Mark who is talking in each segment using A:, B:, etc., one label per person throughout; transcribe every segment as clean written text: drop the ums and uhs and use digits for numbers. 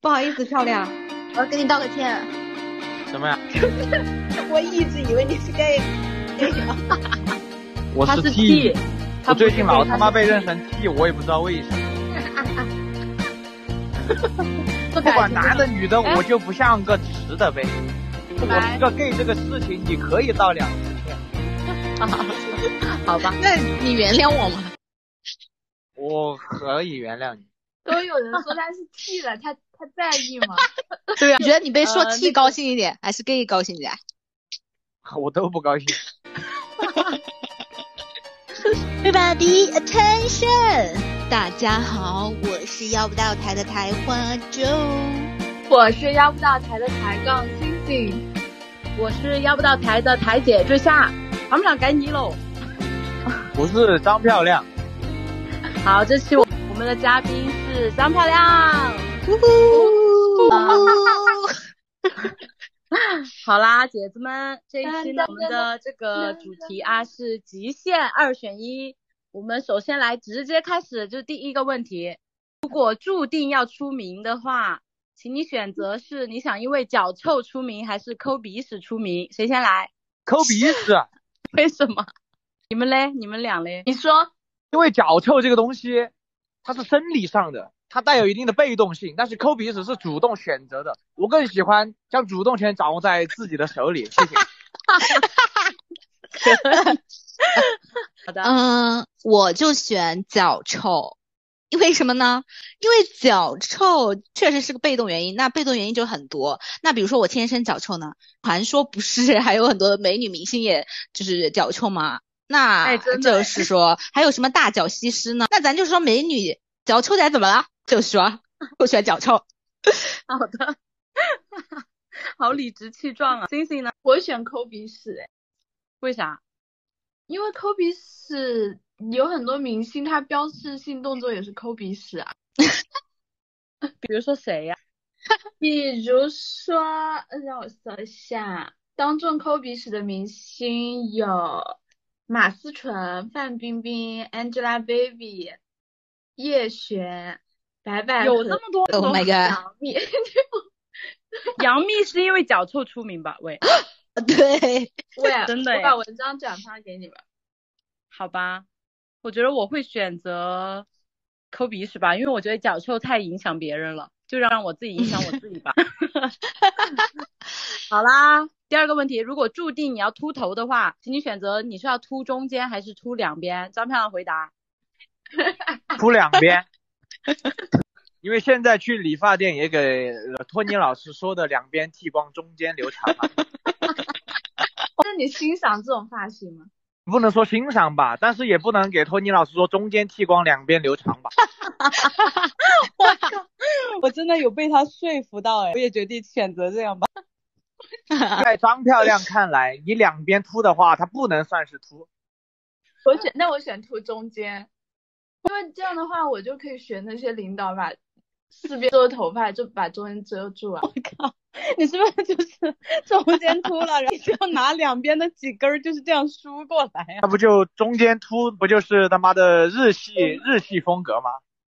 A: 不好意思，漂亮，
B: 我要跟你道个歉。
C: 什么呀？
A: 我一直以为你是 gay。
C: 我是 T， 我最近老他妈被认成 T， 我也不知道为什么。不管男的女的，我就不像个直的呗。我是个 gay 这个事情，你可以道2次歉。
B: 好吧，那你原谅我吗？
C: 我可以原谅你。
D: 都有人说他是 T 了，他在意吗？
B: 对啊，你觉得你被说 T 高兴一点，还是 gay 高兴一点？
C: 我都不高兴。
B: Everybody attention！ 大家好，我是要不到台的台花粥，
D: 我是要不到台的抬杠星星，
A: 我是要不到台的台姐追夏，想不想该你喽？
C: 我是张漂亮。
A: 好，这期我们的嘉宾是张漂亮。好啦，姐子们，这一期呢，我们的这个主题是极限2选1。我们首先来直接开始，就是第一个问题：如果注定要出名的话，请你选择是你想因为脚臭出名，还是抠鼻屎出名？谁先来？
C: 抠鼻屎。
A: 为什么？你们嘞？你们俩嘞？
D: 你说。
C: 因为脚臭这个东西，它是生理上的。它带有一定的被动性，但是抠鼻屎是主动选择的。我更喜欢将主动权掌握在自己的手里。谢谢。
A: 好的。
B: 我就选脚臭。为什么呢？因为脚臭确实是个被动原因，那被动原因就很多。那比如说我天生脚臭呢，传说不是还有很多美女明星也就是脚臭吗？那就是说还有什么大脚西施呢？那咱就说美女脚臭点怎么了？就是说我选脚臭。
A: 好的。好理直气壮啊。星星呢？
D: 我选抠鼻屎。
A: 为啥？
D: 因为抠鼻屎有很多明星他标志性动作也是抠鼻屎啊。
A: 比如说谁呀？
D: 比如说让我搜一下，当众抠鼻屎的明星有马思纯、范冰冰、Angelababy、叶璇、白百合，
A: 有那么多。
B: Oh my god。
D: 杨幂。
A: 杨幂是因为脚臭出名吧？喂。
B: 对。
A: 真的。
D: 我把文章转发给你们。
A: 好吧，我觉得我会选择抠鼻屎吧，因为我觉得脚臭太影响别人了，就让我自己影响我自己吧。好啦，第二个问题，如果注定你要秃头的话，请你选择你是要秃中间还是秃两边？张漂亮回答。
C: 秃两边。因为现在去理发店也给托尼老师说的两边剃光，中间留长嘛。
D: 那你欣赏这种发型吗？
C: 不能说欣赏吧，但是也不能给托尼老师说中间剃光，两边留长吧。
A: 我靠，我真的有被他说服到我也决定选择这样吧。
C: 在张漂亮看来，你两边秃的话，它不能算是秃。
D: 我选秃中间，因为这样的话我就可以学那些领导把四边遮头发，就把中间遮住啊。
A: 我靠，你是不是就是中间秃了，然后就要拿两边的几根就是这样梳过来啊？
C: 那不就中间秃，不就是他妈的日系风格吗？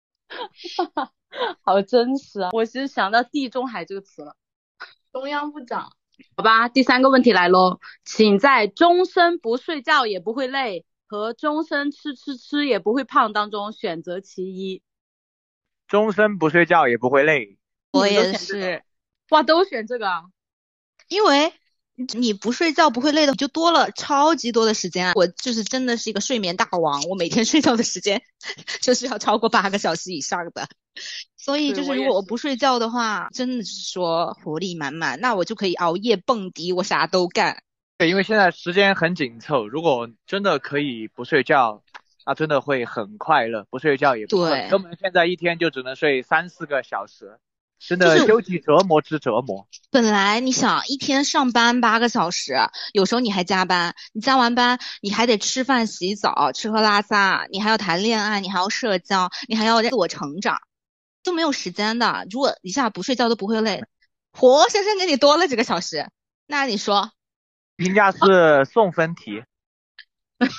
A: 好真实啊！我其实想到地中海这个词了。
D: 中央部长。
A: 好吧，第三个问题来咯，请在终身不睡觉也不会累和终身吃也不会胖当中选择其一。
C: 终身不睡觉也不会累。
B: 我也是。
A: 哇，都选这个啊？
B: 因为你不睡觉不会累的，就多了超级多的时间啊！我就是真的是一个睡眠大王，我每天睡觉的时间就是要超过8个小时以上的。所以就是如果我不睡觉的话，真的是说活力满满，那我就可以熬夜蹦迪，我啥都干。
C: 对，因为现在时间很紧凑，如果真的可以不睡觉，那真的会很快乐。不睡觉也不困，根本现在一天就只能睡3-4个小时，真的休息折磨之折磨。
B: 本来你想一天上班8个小时，有时候你还加班，你加完班你还得吃饭洗澡吃喝拉撒，你还要谈恋爱，你还要社交，你还要自我成长，都没有时间的。如果一下不睡觉都不会累，活生生给你多了几个小时，那你说
C: 评价是送分题。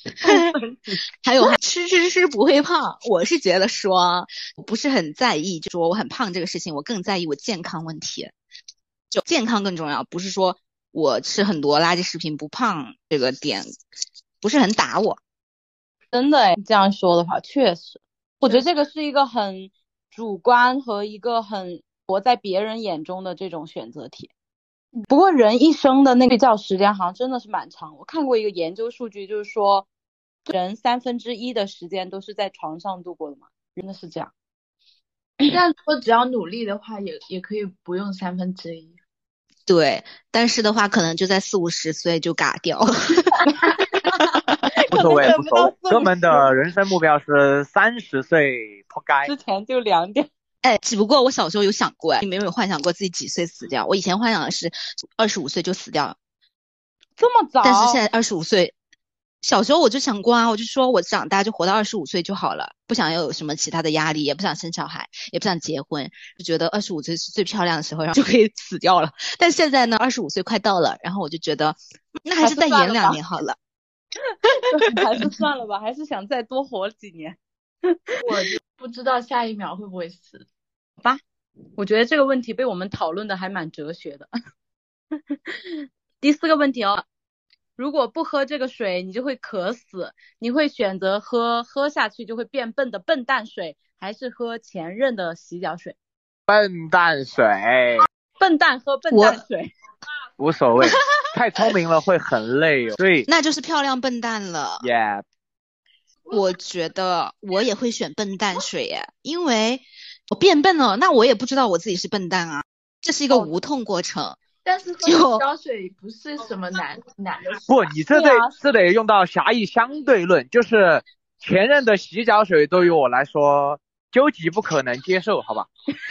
B: 还有吃不会胖，我是觉得说不是很在意，就说我很胖这个事情，我更在意我健康问题，就健康更重要，不是说我吃很多垃圾食品不胖这个点不是很打我。
A: 真的这样说的话，确实，我觉得这个是一个很主观和一个很活在别人眼中的这种选择题。不过人一生的那个睡觉时间好像真的是蛮长，我看过一个研究数据，就是说人1/3的时间都是在床上度过的嘛，真的是这样。
D: 但如果只要努力的话，也可以不用1/3。
B: 对，但是的话可能就在40-50岁就嘎掉了。
C: 无所谓，哥们的人生目标是30岁扑街
A: 之前就凉掉。
B: 只不过我小时候有想过，你们有没有幻想过自己几岁死掉？我以前幻想的是25岁就死掉了。
A: 这么早？
B: 但是现在25岁，小时候我就想过啊，我就说我长大就活到25岁就好了，不想要有什么其他的压力，也不想生小孩，也不想结婚，就觉得25岁是最漂亮的时候，然后就可以死掉了。但现在呢，25岁快到了，然后我就觉得那还是再延2年好了。
A: 还是算了吧，还是想再多活几年。
D: 我就不知道下一秒会不会死。
A: 好吧，我觉得这个问题被我们讨论的还蛮哲学的。第4个问题哦，如果不喝这个水你就会渴死，你会选择喝下去就会变笨的笨蛋水，还是喝前任的洗脚水？
C: 笨蛋水。
A: 笨蛋喝笨蛋水
C: 无所谓，太聪明了会很累哦。对，
B: 那就是漂亮笨蛋了。
C: Yeah，
B: 我觉得我也会选笨蛋水耶，因为我变笨了，那我也不知道我自己是笨蛋啊，这是一个无痛过程。
D: 但是喝洗脚水不是什么难的事。
C: 不，你这得用到狭义相对论，就是前任的洗脚水对于我来说究极不可能接受，好吧？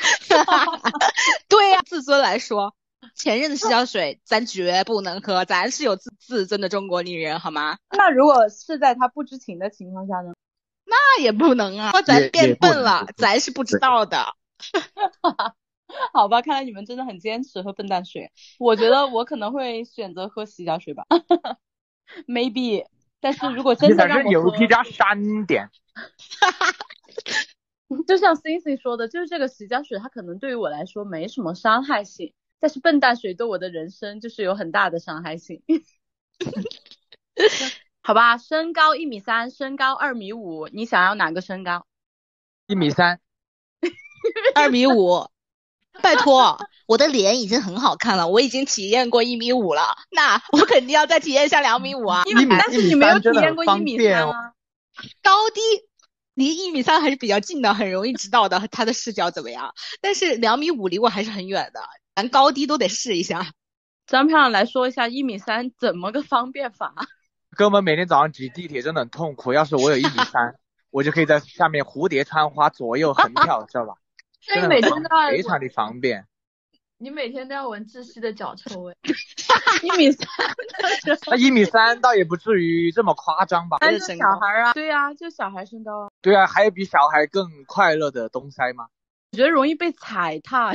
B: 对呀，自尊来说，前任的洗脚水咱绝不能喝，咱是有自尊的中国女人好吗？
A: 那如果是在他不知情的情况下呢？
B: 那也不能啊，咱变笨了，咱是不知道的。
A: 好吧，看来你们真的很坚持喝笨蛋水。我觉得我可能会选择喝洗脚水吧。maybe， 但是如果真的让我喝，
C: 牛皮加3点。
A: 就像 Cici 说的，就是这个洗脚水它可能对于我来说没什么伤害性，但是笨蛋水对我的人生就是有很大的伤害性。好吧，身高1.3米，身高2.5米，你想要哪个身高
C: ？1.3米。
B: 2.5米。拜托，我的脸已经很好看了，我已经体验过1.5米了，那我肯定要再体验一下2.5米啊。
A: 但是你没有体验过1.3米啊。
B: 高低离1.3米还是比较近的，很容易知道的他的视角怎么样。但是2.5米离我还是很远的，咱高低都得试一下。
A: 张漂亮来说一下1.3米怎么个方便法？
C: 哥们每天早上挤地铁真的很痛苦，要是我有1.3米，我就可以在下面蝴蝶穿花，左右横跳，知道吧？
D: 那你每天都要
C: 非常的方便。
D: 你每天都要闻窒息的脚臭味。
A: 1.3米，
C: 那1.3米倒也不至于这么夸张吧？
A: 但是小孩啊，对啊，就小孩身高啊。
C: 对啊，还有比小孩更快乐的东塞吗？
A: 我觉得容易被踩踏。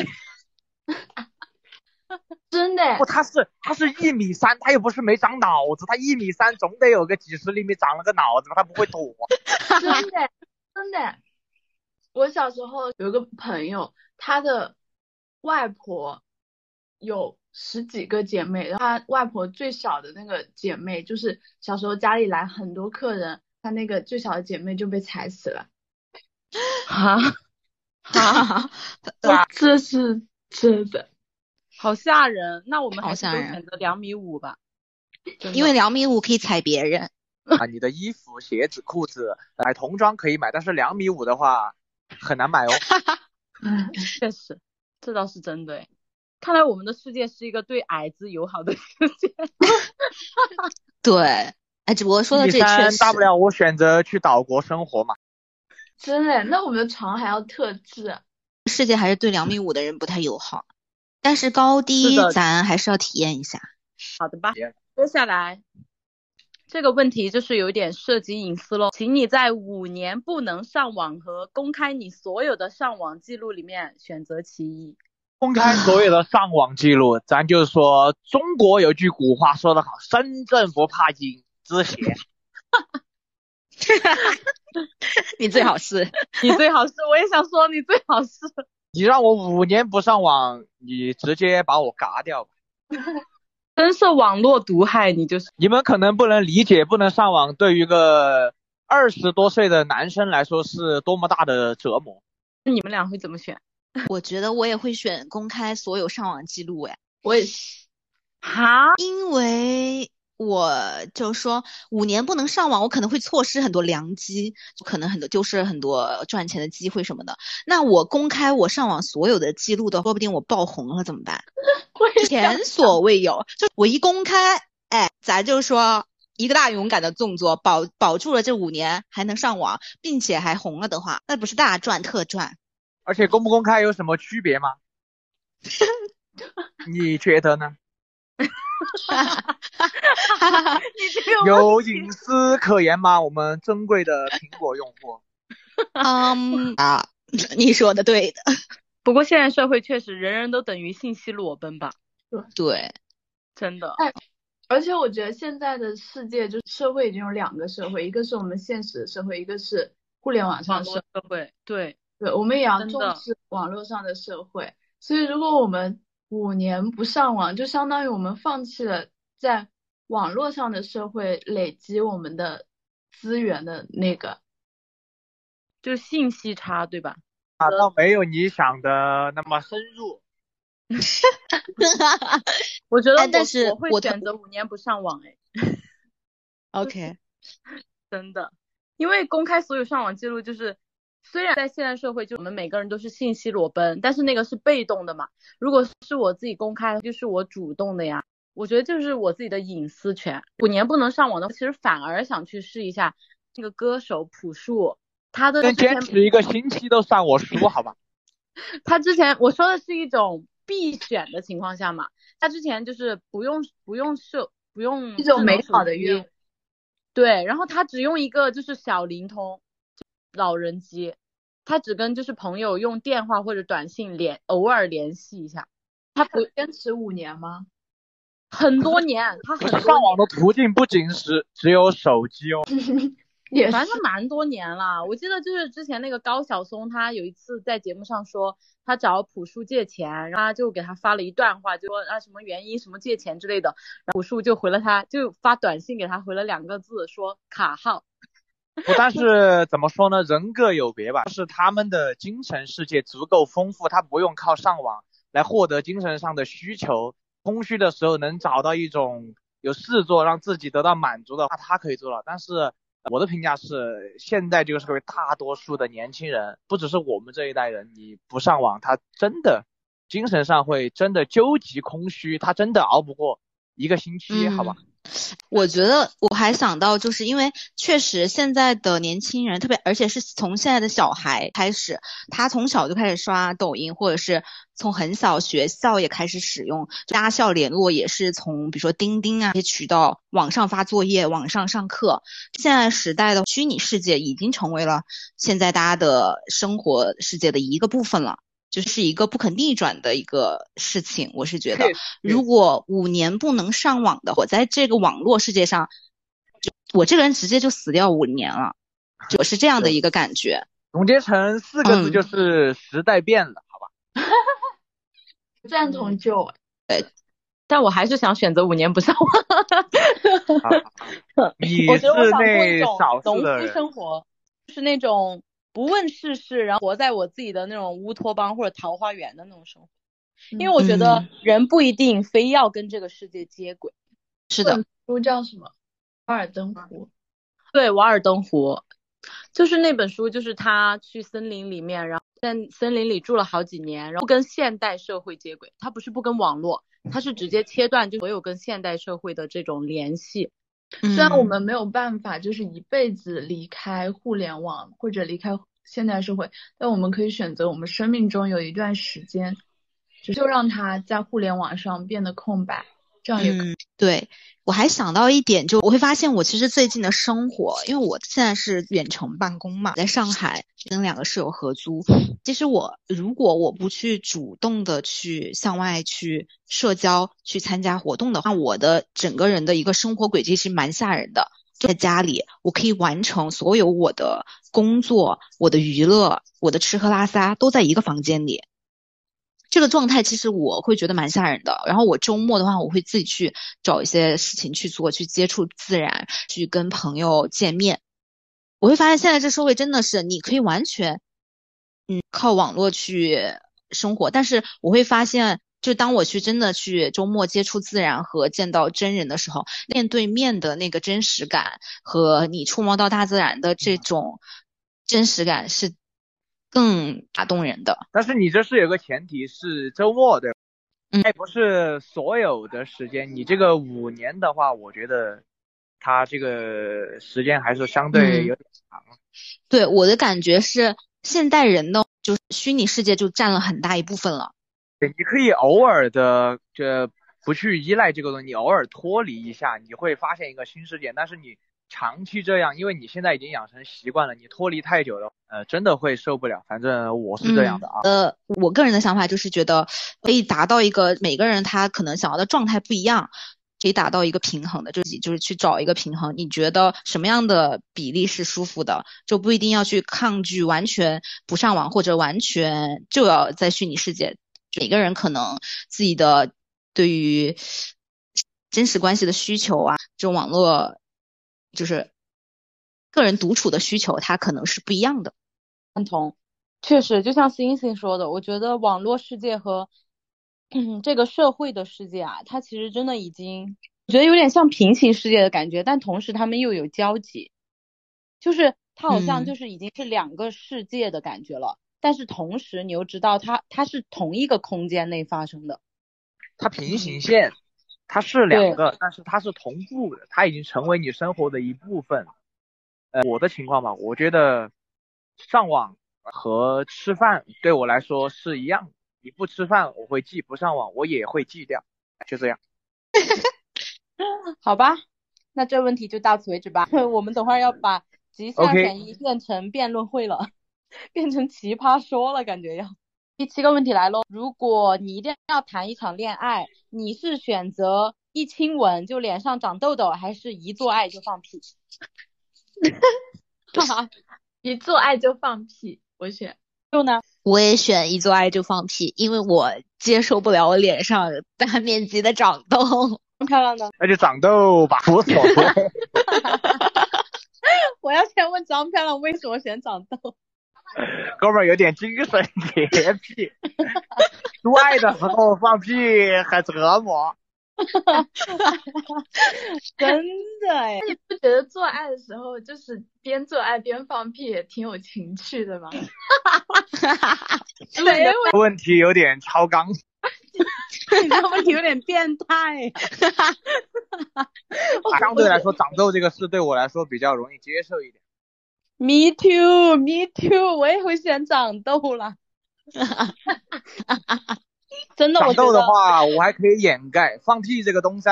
D: 真的？
C: 不，他是1.3米，他又不是没长脑子，他1.3米总得有个几十厘米长了个脑子吧，他不会躲。
D: 真的。我小时候有一个朋友，他的外婆有10几个姐妹，然后他外婆最小的那个姐妹，就是小时候家里来很多客人，他那个最小的姐妹就被踩死了。这是真的，
A: 好吓人。那我们还是都选择2.5米吧，
B: 因为2.5米可以踩别人
C: 啊。你的衣服、鞋子、裤子，买童装可以买，但是2.5米的话很难买哦。
A: 确实，这倒是真的。看来我们的世界是一个对矮子友好的世界。
B: 对，只不过说到这确实，
C: 大不了我选择去岛国生活嘛。
D: 真的？那我们的床还要特制。
B: 世界还是对2.5米的人不太友好，但是高低咱还是要体验一下。
A: 好的吧，接下来这个问题就是有点涉及隐私咯，请你在5年不能上网和公开你所有的上网记录里面选择其一。
C: 公开所有的上网记录，咱就说中国有句古话说得好，身正不怕影子斜。
B: 你最好是，
A: 你最好是，我也想说你最好是。
C: 你让我5年不上网，你直接把我嘎掉吧。
A: 真是网络毒害，你就是。
C: 你们可能不能理解，不能上网，对于一个20多岁的男生来说是多么大的折磨。
A: 你们俩会怎么选？
B: 我觉得我也会选公开所有上网记录。
D: 我也是。
A: 哈？
B: 因为我就说5年不能上网，我可能会错失很多良机，可能丢失很多赚钱的机会什么的。那我公开我上网所有的记录的，说不定我爆红了怎么办？前所未有，就我一公开，咱就说一个大勇敢的动作，保住了这5年还能上网，并且还红了的话，那不是大赚特赚？
C: 而且公不公开有什么区别吗？你觉得呢？有隐私可言吗？我们珍贵的苹果用户。
B: 你说的对的。
A: 不过现在社会确实人人都等于信息裸奔吧？
B: 对，
A: 真的。
D: 而且我觉得现在的世界就社会已经有2个社会，一个是我们现实的社会，一个是互联网上的社
A: 会。对，
D: 我们也要重视网络上的社会。所以如果我们5年不上网，就相当于我们放弃了在网络上的社会累积我们的资源的那个，
A: 就信息差，对吧？
C: 倒没有你想的那么深入。
A: 我觉得
B: 但是
A: 我会选择5年不上网。
B: OK，
A: 真的，因为公开所有上网记录，就是虽然在现代社会就我们每个人都是信息裸奔，但是那个是被动的嘛。如果是我自己公开的，就是我主动的呀。我觉得就是我自己的隐私权。5年不能上网的，其实反而想去试一下这个歌手朴树，他的
C: 坚持1个星期都算我输，好吧？
A: 他之前我说的是一种必选的情况下嘛，他之前就是不用
D: 一种美好的愿望。
A: 对，然后他只用一个就是小灵通老人机，他只跟就是朋友用电话或者短信偶尔联系一下。
D: 他不坚持5年吗？
A: 很多年，他很多年。
C: 上网的途径不仅是只有手机哦。
A: 反正蛮多年了。我记得就是之前那个高晓松，他有一次在节目上说他找朴树借钱，然后他就给他发了一段话，就说什么原因什么借钱之类的，然后朴树就回了他，就发短信给他回了2个字，说卡号。
C: 但是怎么说呢，人各有别吧，是他们的精神世界足够丰富，他不用靠上网来获得精神上的需求，空虚的时候能找到一种有事做让自己得到满足的话，他可以做到。但是我的评价是，现在这个社会大多数的年轻人，不只是我们这一代人，你不上网，他真的精神上会真的究极空虚，他真的熬不过1个星期，好吧？
B: 我觉得我还想到，就是因为确实现在的年轻人，而且是从现在的小孩开始，他从小就开始刷抖音，或者是从很小学校也开始使用家校联络，也是从比如说钉钉啊这些渠道网上发作业、网上上课。现在时代的虚拟世界已经成为了现在大家的生活世界的一个部分了。就是一个不可逆转的一个事情，我是觉得，如果5年不能上网的，我在这个网络世界上，我这个人直接就死掉5年了，我是这样的一个感觉。
C: 总结成4个字就是时代变了，好吧？
D: 赞同就
A: 但我还是想选择5年不上网。
C: 你是那少数
A: 的人，农夫生活，就是那种不问世事，然后活在我自己的那种乌托邦或者桃花源的那种生活。因为我觉得人不一定非要跟这个世界接轨。
B: 是的。
D: 书叫什么？瓦尔登湖。
A: 对，瓦尔登湖，就是那本书，就是他去森林里面，然后在森林里住了好几年，然后不跟现代社会接轨。他不是不跟网络，他是直接切断就所有跟现代社会的这种联系。
D: 虽然我们没有办法就是一辈子离开互联网或者离开现代社会，但我们可以选择我们生命中有一段时间就让它在互联网上变得空白，这样也可以。
B: 对，我还想到一点，就我会发现我其实最近的生活，因为我现在是远程办公嘛，在上海跟2个室友合租。其实如果我不去主动的去向外去社交、去参加活动的话，我的整个人的一个生活轨迹是蛮吓人的。 就在家里，我可以完成所有我的工作、我的娱乐、我的吃喝拉撒都在一个房间里。这个状态其实我会觉得蛮吓人的。然后我周末的话，我会自己去找一些事情去做，去接触自然，去跟朋友见面。我会发现现在这社会真的是你可以完全靠网络去生活，但是我会发现就当我去真的去周末接触自然和见到真人的时候，面对面的那个真实感和你触摸到大自然的这种真实感是更打动人的。
C: 但是你这是有个前提是周末的，不是所有的时间。你这个5年的话，我觉得它这个时间还是相对有点长。
B: 对，我的感觉是现代人呢，就是虚拟世界就占了很大一部分了。
C: 对，你可以偶尔的不去依赖这个东西，你偶尔脱离一下，你会发现一个新世界。但是你长期这样，因为你现在已经养成习惯了，你脱离太久了，真的会受不了。反正我是这样的啊。
B: 我个人的想法就是觉得可以达到一个每个人他可能想要的状态不一样，可以达到一个平衡的，就是去找一个平衡。你觉得什么样的比例是舒服的，就不一定要去抗拒完全不上网，或者完全就要在虚拟世界。每个人可能自己的对于真实关系的需求啊，这种网络就是个人独处的需求，它可能是不一样的。
A: 认同，确实就像星星说的，我觉得网络世界和这个社会的世界啊，它其实真的已经，我觉得有点像平行世界的感觉，但同时他们又有交集，就是它好像就是已经是2个世界的感觉了。但是同时你又知道它是同一个空间内发生的。
C: 它平行线，它是2个，但是它是同步的，它已经成为你生活的一部分。我的情况吧，我觉得上网和吃饭对我来说是一样的。你不吃饭我会记，不上网我也会记掉，就这样。
A: 好吧，那这问题就到此为止吧。我们等会儿要把极限2选1变成辩论会了。变成奇葩说了，感觉要。第7个问题来咯，如果你一定要谈一场恋爱，你是选择一亲吻就脸上长痘痘，还是一做爱就放屁？
D: 一做爱就放屁，我选。
A: 就呢？
B: 我也选一做爱就放屁，因为我接受不了我脸上大面积的长痘。
A: 漂亮的，
C: 那就长痘吧，无所谓。
A: 我要先问张漂亮为什么选长痘。
C: 哥们儿有点精神洁癖，做爱的时候放屁很折磨。
A: 真的哎，
D: 你不觉得做爱的时候就是边做爱边放屁也挺有情趣的吗？
C: 问题有点超纲。
A: 你这问题有点变态。
C: 相对来说长痘这个事对我来说比较容易接受一点。
A: Me too, me too， 我也会选长痘啦。真的，
C: 长痘的话我还可以掩盖，放屁这个东西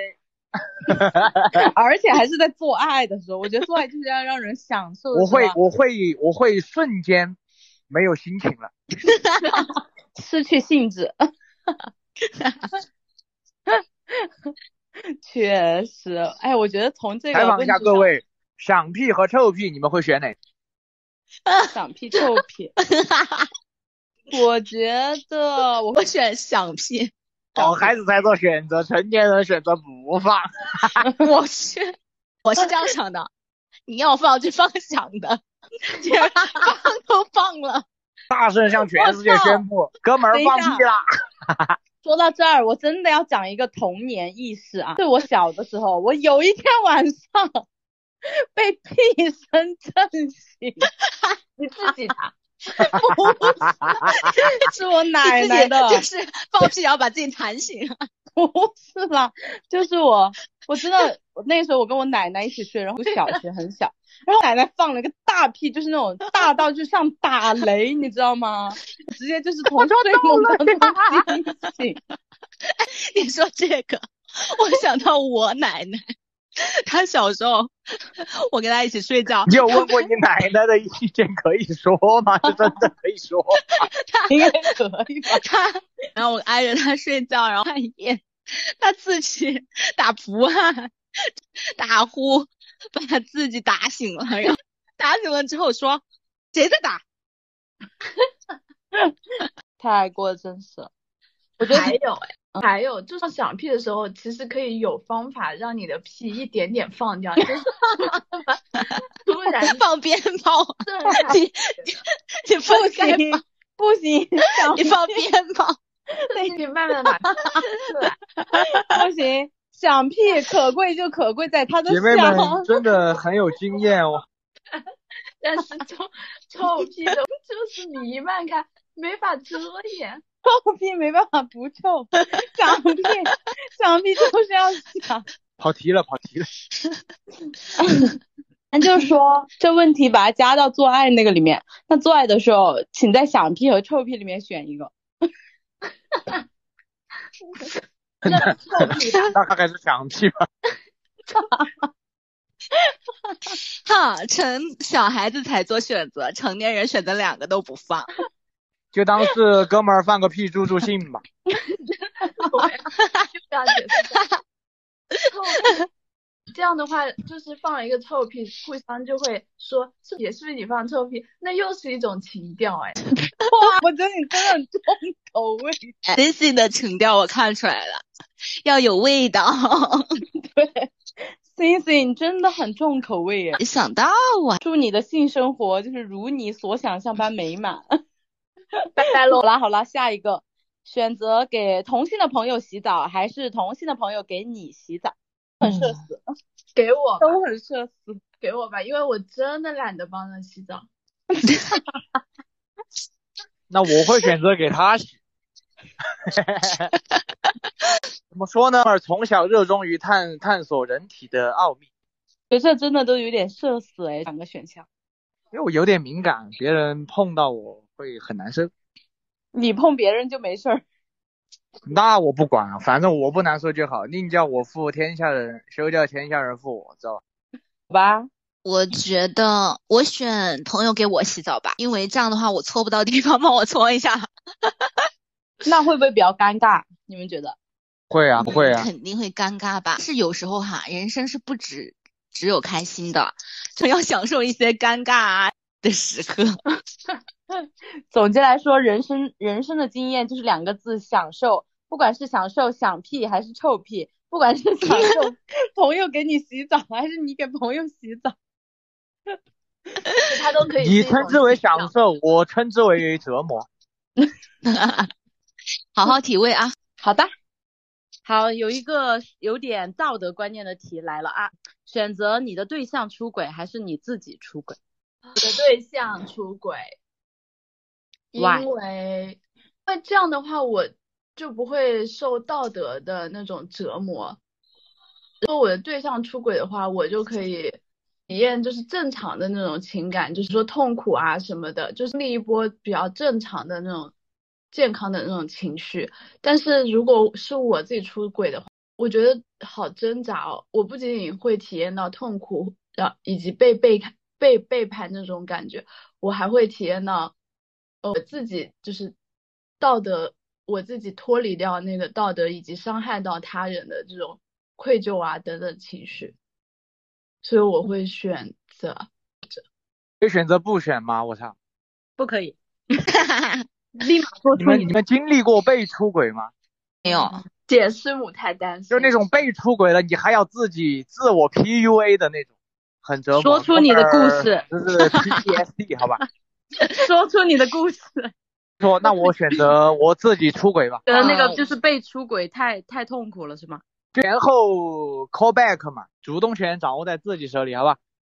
A: 而且还是在做爱的时候，我觉得做爱就是要让人享受的。
C: 我会瞬间没有心情了。
A: 失去兴致。确实，哎，我觉得从这个
C: 采访一下各位，响屁和臭屁你们会选哪？
A: 响屁臭屁。我觉得我
B: 会选响屁。
C: 孩子才做选择，成年人选择不放。
B: 我是这样想的，你要放就放响的，放都放了，
C: 大声向全世界宣布，哥们儿放屁啦！
A: 说到这儿，我真的要讲一个童年意识啊！是我小的时候，我有一天晚上被屁声震醒。
D: 你自己的？
A: 不是我奶奶的，
B: 就是放屁要把自己弹醒。
A: 不是啦，就是我真的，那时候我跟我奶奶一起睡，然后小学很小，然后奶奶放了一个大屁，就是那种大到就像打雷，你知道吗？直接就是从睡梦当中惊醒。
B: 你说这个，我想到我奶奶。他小时候，我跟他一起睡觉。
C: 你有问过你奶奶的意见可以说吗？是真的可以说吗？
A: 应该可以吧。
B: 然后我挨着他睡觉，然后半夜他自己打扑汗、打呼， 把自己打醒了，然后打醒了之后说谁在打？
A: 太过真实了。我觉得
D: 还有就是想屁的时候，其实可以有方法让你的屁一点点放掉，就是突然
B: 放鞭炮，
D: 对，
B: 你放
A: 不行，
B: 你放鞭炮，
D: 对，你慢慢的把它出来，
A: 不行，响屁可贵就可贵在它的
C: 姐妹们
A: 响，
C: 真的很有经验哦。
D: 但是臭屁的就是弥漫开，没法遮掩。
A: 臭屁没办法不臭，响屁就是要响。
C: 跑题了。
A: 那就是说，这问题把它加到做爱那个里面。那做爱的时候，请在响屁和臭屁里面选一个。
D: 那臭屁吧，
C: 大概是响屁吧。
B: 哈，小孩子才做选择，成年人选择2个都不放。
C: 就当是哥们儿放个屁助助兴吧。
D: 这样解释。臭屁这样的话，就是放了一个臭屁，互相就会说是不是你放臭屁，那又是一种情调哎。
A: 哇，我觉得你真的很重口味。
B: Cici 的情调我看出来了，要有味道。
A: 对，Cici 你真的很重口味耶。
B: 没想到啊，
A: 祝你的性生活就是如你所想象般美满。
D: 拜拜喽。
A: 好啦，下一个，选择给同性的朋友洗澡，还是同性的朋友给你洗澡？很社死，
D: 给我
A: 都很社死，
D: 给我吧，因为我真的懒得帮人洗澡。
C: 那我会选择给他洗。怎么说呢？从小热衷于探索人体的奥秘。
A: 觉得这真的都有点社死哎，2个选项。
C: 因为我有点敏感，别人碰到我会很难受。
A: 你碰别人就没事儿。
C: 那我不管，反正我不难受就好。宁叫我负天下人，休叫天下人负我，知道吧？
A: 好吧，
B: 我觉得我选朋友给我洗澡吧，因为这样的话我搓不到地方，帮我搓一下。
A: 那会不会比较尴尬？你们觉得？
C: 会啊，不会啊，
B: 肯定会尴尬吧。是有时候哈，人生是不只有开心的，就要享受一些尴尬的时刻。
A: 总结来说，人生的经验就是2个字：享受。不管是享受响屁还是臭屁，不管是享受朋友给你洗澡，还是你给朋友洗澡，
D: 他都可以。
C: 你称之为享受，我称之为折磨。
B: 好好体味啊。
A: 好的。好，有一个有点道德观念的题来了啊，选择你的对象出轨还是你自己出轨？
D: 你的对象出轨，因为这样的话我就不会受道德的那种折磨。如果我的对象出轨的话，我就可以体验就是正常的那种情感，就是说痛苦啊什么的，就是另一波比较正常的那种健康的那种情绪。但是如果是我自己出轨的话，我觉得好挣扎哦。我不仅仅会体验到痛苦，以及被背叛那种感觉，我还会体验到我自己就是道德，我自己脱离掉那个道德以及伤害到他人的这种愧疚啊等等情绪，所以我会选择
C: 可以选择不选吗？我操，
A: 不可以。立马说出
C: 你们经历过被出轨吗？
B: 没有。
D: 姐师母太担心，
C: 就那种被出轨了，你还要自我 PUA 的那种，很折磨。
A: 说出你的故事，
C: 就是 PTSD 好吧？
A: 说出你的故事。
C: 说那我选择我自己出轨吧。
A: 那个就是被出轨太痛苦了是吗？
C: 然后 call back 嘛，主动权掌握在自己手里，好吧？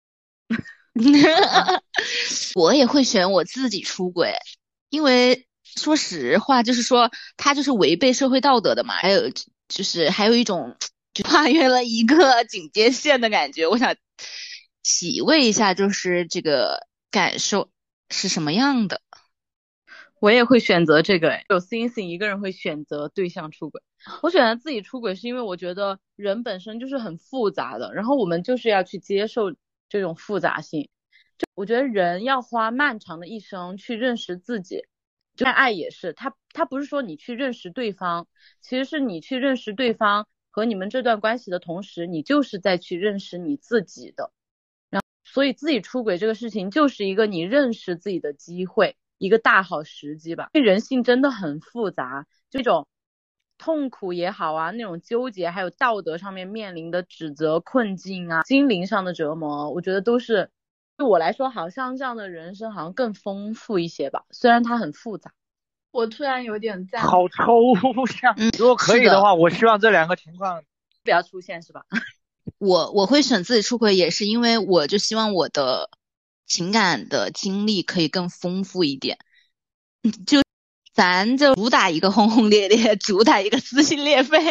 B: 我也会选我自己出轨，因为说实话，就是说他就是违背社会道德的嘛，还有一种就跨越了一个警戒线的感觉。我想体味一下，就是这个感受是什么样的。
A: 我也会选择这个，有 Cici 一个人会选择对象出轨，我选择自己出轨是因为我觉得人本身就是很复杂的，然后我们就是要去接受这种复杂性。就我觉得人要花漫长的一生去认识自己，就爱也是，他不是说你去认识对方，其实是你去认识对方和你们这段关系的同时，你就是在去认识你自己的。然后，所以自己出轨这个事情就是一个你认识自己的机会，一个大好时机吧。因为人性真的很复杂，这种痛苦也好啊，那种纠结，还有道德上面面临的指责、困境啊，心灵上的折磨，我觉得都是对我来说，好像这样的人生好像更丰富一些吧，虽然它很复杂。
D: 我突然有点赞同。
C: 好抽象。如果可以的话，我希望这两个情况
A: 不要出现，是吧？
B: 我会选自己出轨，也是因为我就希望我的情感的经历可以更丰富一点。就咱就主打一个轰轰烈烈，主打一个撕心裂肺。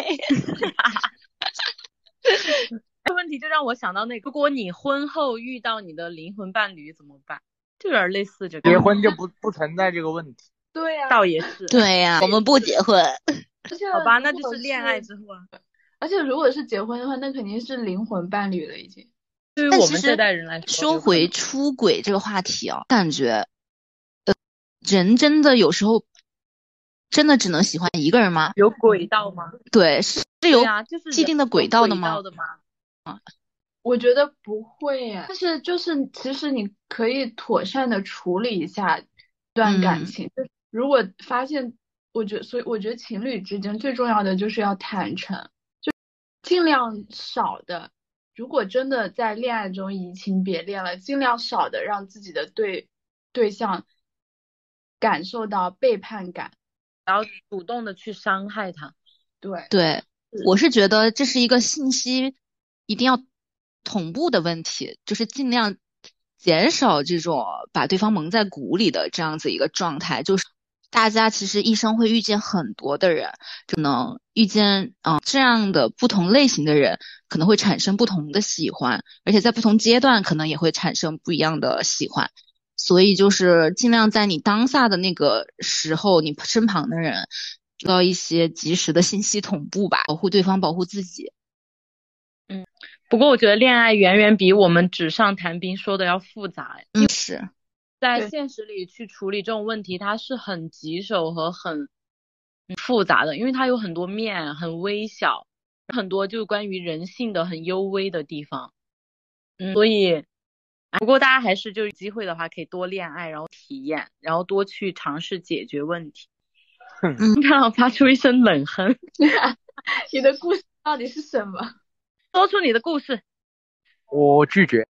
A: 这个问题就让我想到那个，如果你婚后遇到你的灵魂伴侣怎么办？就有点类似这个。
C: 结婚就不存在这个问题。
D: 对呀，
A: 倒也是。
B: 对呀，我们不结婚。
A: 好吧，那就是恋爱之后啊。
D: 而且如果是结婚的话，那肯定是灵魂伴侣了已经。
A: 对于我们这代人来
B: 说回出轨这个话题啊，感觉人真的有时候真的只能喜欢一个人吗？
A: 有轨道吗？
B: 对，是有
A: 就是
B: 既定的轨道的吗？
D: 我觉得不会呀，但是就是其实你可以妥善的处理一下一段感情。如果发现，所以我觉得情侣之间最重要的就是要坦诚，就尽量少的，如果真的在恋爱中移情别恋了，尽量少的让自己的对象感受到背叛感，
A: 然后主动的去伤害他。
B: 对，我是觉得这是一个信息一定要同步的问题，就是尽量减少这种把对方蒙在鼓里的这样子一个状态。就是大家其实一生会遇见很多的人，可能遇见这样的不同类型的人，可能会产生不同的喜欢，而且在不同阶段可能也会产生不一样的喜欢。所以就是尽量在你当下的那个时候，你身旁的人做到一些及时的信息同步吧，保护对方，保护自己。
A: 不过我觉得恋爱远远比我们纸上谈兵说的要复杂。
B: 是
A: 在现实里去处理这种问题，它是很棘手和很复杂的，因为它有很多面，很微小，很多就关于人性的很幽微的地方。所以不过大家还是就有机会的话可以多恋爱，然后体验，然后多去尝试解决问题。看到发出一声冷哼。
D: 你的故事到底是什么？
A: 说出你的故事。
C: 我拒绝。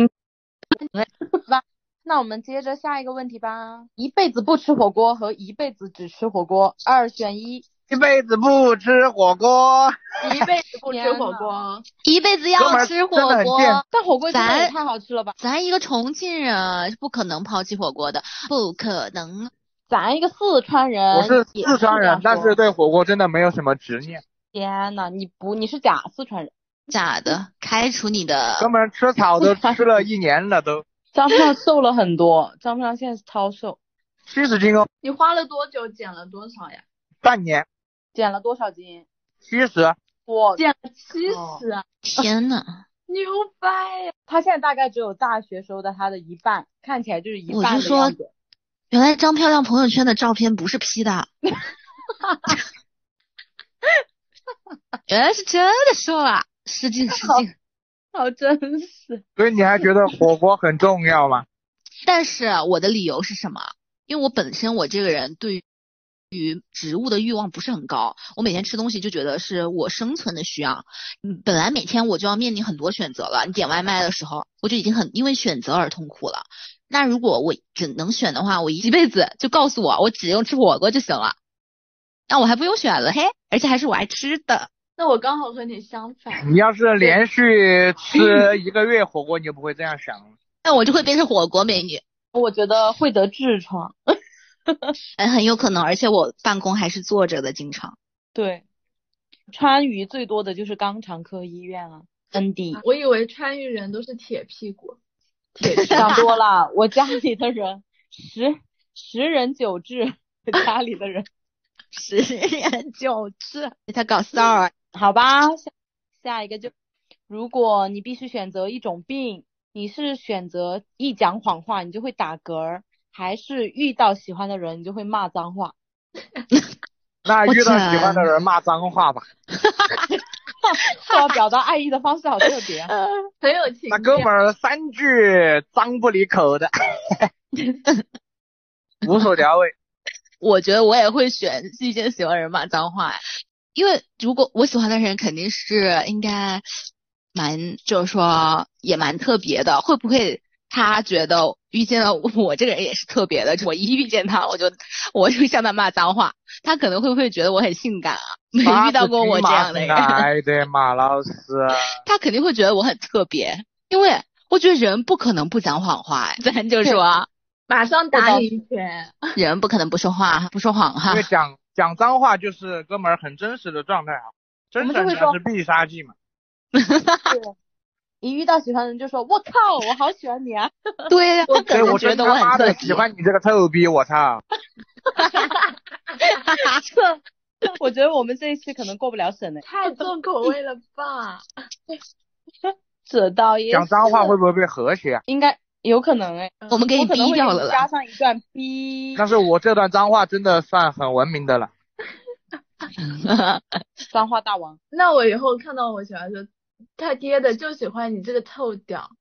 A: 吧，那我们接着下一个问题吧。一辈子不吃火锅和一辈子只吃火锅，2选1。
C: 一辈子不吃火锅。
D: 一辈子不吃火锅。
B: 一辈子要吃火锅。
A: 但火锅真的也太好吃了吧？
B: 咱一个重庆人是不可能抛弃火锅的，不可能。
A: 咱一个四川人，
C: 我是四川人，但是对火锅真的没有什么执念。
A: 天呐，你是假四川人。
B: 假的，开除你的。
C: 哥们吃草都吃了1年了都。
A: 张票瘦了很多，张票现在是超瘦
C: ，70斤哦。
D: 你花了多久减了多少呀？
C: 半年。
A: 减了多少斤
C: ？70。
A: 我
D: 减了70。
B: 天呐，
D: 牛掰呀！
A: 他现在大概只有大学时候的他的一半，看起来就是一半的样子。
B: 我就说，原来张漂亮朋友圈的照片不是 P 的。原来是真的瘦了，失敬。
A: 好真实。
C: 所以你还觉得火锅很重要吗？
B: 但是我的理由是什么？因为我本身我这个人对于食物的欲望不是很高，我每天吃东西就觉得是我生存的需要。本来每天我就要面临很多选择了，你点外卖的时候我就已经很因为选择而痛苦了。那如果我只能选的话，我一辈子就告诉我只用吃火锅就行了，那我还不用选了嘿，而且还是我爱吃的。
D: 那我刚好和你相反。
C: 你要是连续吃1个月火锅，你就不会这样想了。
B: 那我就会变成火锅美女。
A: 我觉得会得痔疮。
B: 很有可能，而且我办公还是坐着的，经常。
A: 对，川渝最多的就是肛肠科医院啊 ，ND。
D: 我以为川渝人都是铁屁股。
A: 想多了，我家里的人十人9痔，家里的人
B: 10人9痔，他搞骚啊。
A: 好吧，下一个就，如果你必须选择一种病，你是选择一讲谎话你就会打嗝，还是遇到喜欢的人你就会骂脏话？
C: 那遇到喜欢的人骂脏话吧。
A: 哇，表达爱意的方式好特别啊。
D: 很有情调。
C: 那哥们儿3句脏不离口的，无所调味。
B: 我觉得我也会选遇见喜欢人骂脏话，因为如果我喜欢的人肯定是应该就是说也蛮特别的，会不会他觉得遇见了我这个人也是特别的，我一遇见他我就向他骂脏话，他可能会不会觉得我很性感啊？没遇到过我这样的人。
C: 对，马老师，
B: 他肯定会觉得我很特别，因为我觉得人不可能不讲谎话，咱就说
D: 马上打你一拳。
B: 人不可能不说话不说谎哈。
C: 因为讲脏话就是哥们儿很真实的状态啊，真诚才是必杀技嘛。
A: 一遇到喜欢的人就说我靠我好喜欢你啊。
B: 对呀，
C: 我
B: 可能觉得我很特别，
C: 喜欢你这个臭逼，我操。
A: 我觉得我们这一期可能过不了审呢。
D: 太重口味了吧。
A: 这倒也是。
C: 讲脏话会不会被和谐啊？
A: 应该有可能哎。
B: 我们给你逼掉了啦，
A: 加上一段逼。
C: 但是我这段脏话真的算很文明的了。
A: 脏话大王。
D: 那我以后看到我喜欢说他爹的就喜欢你这个臭屌。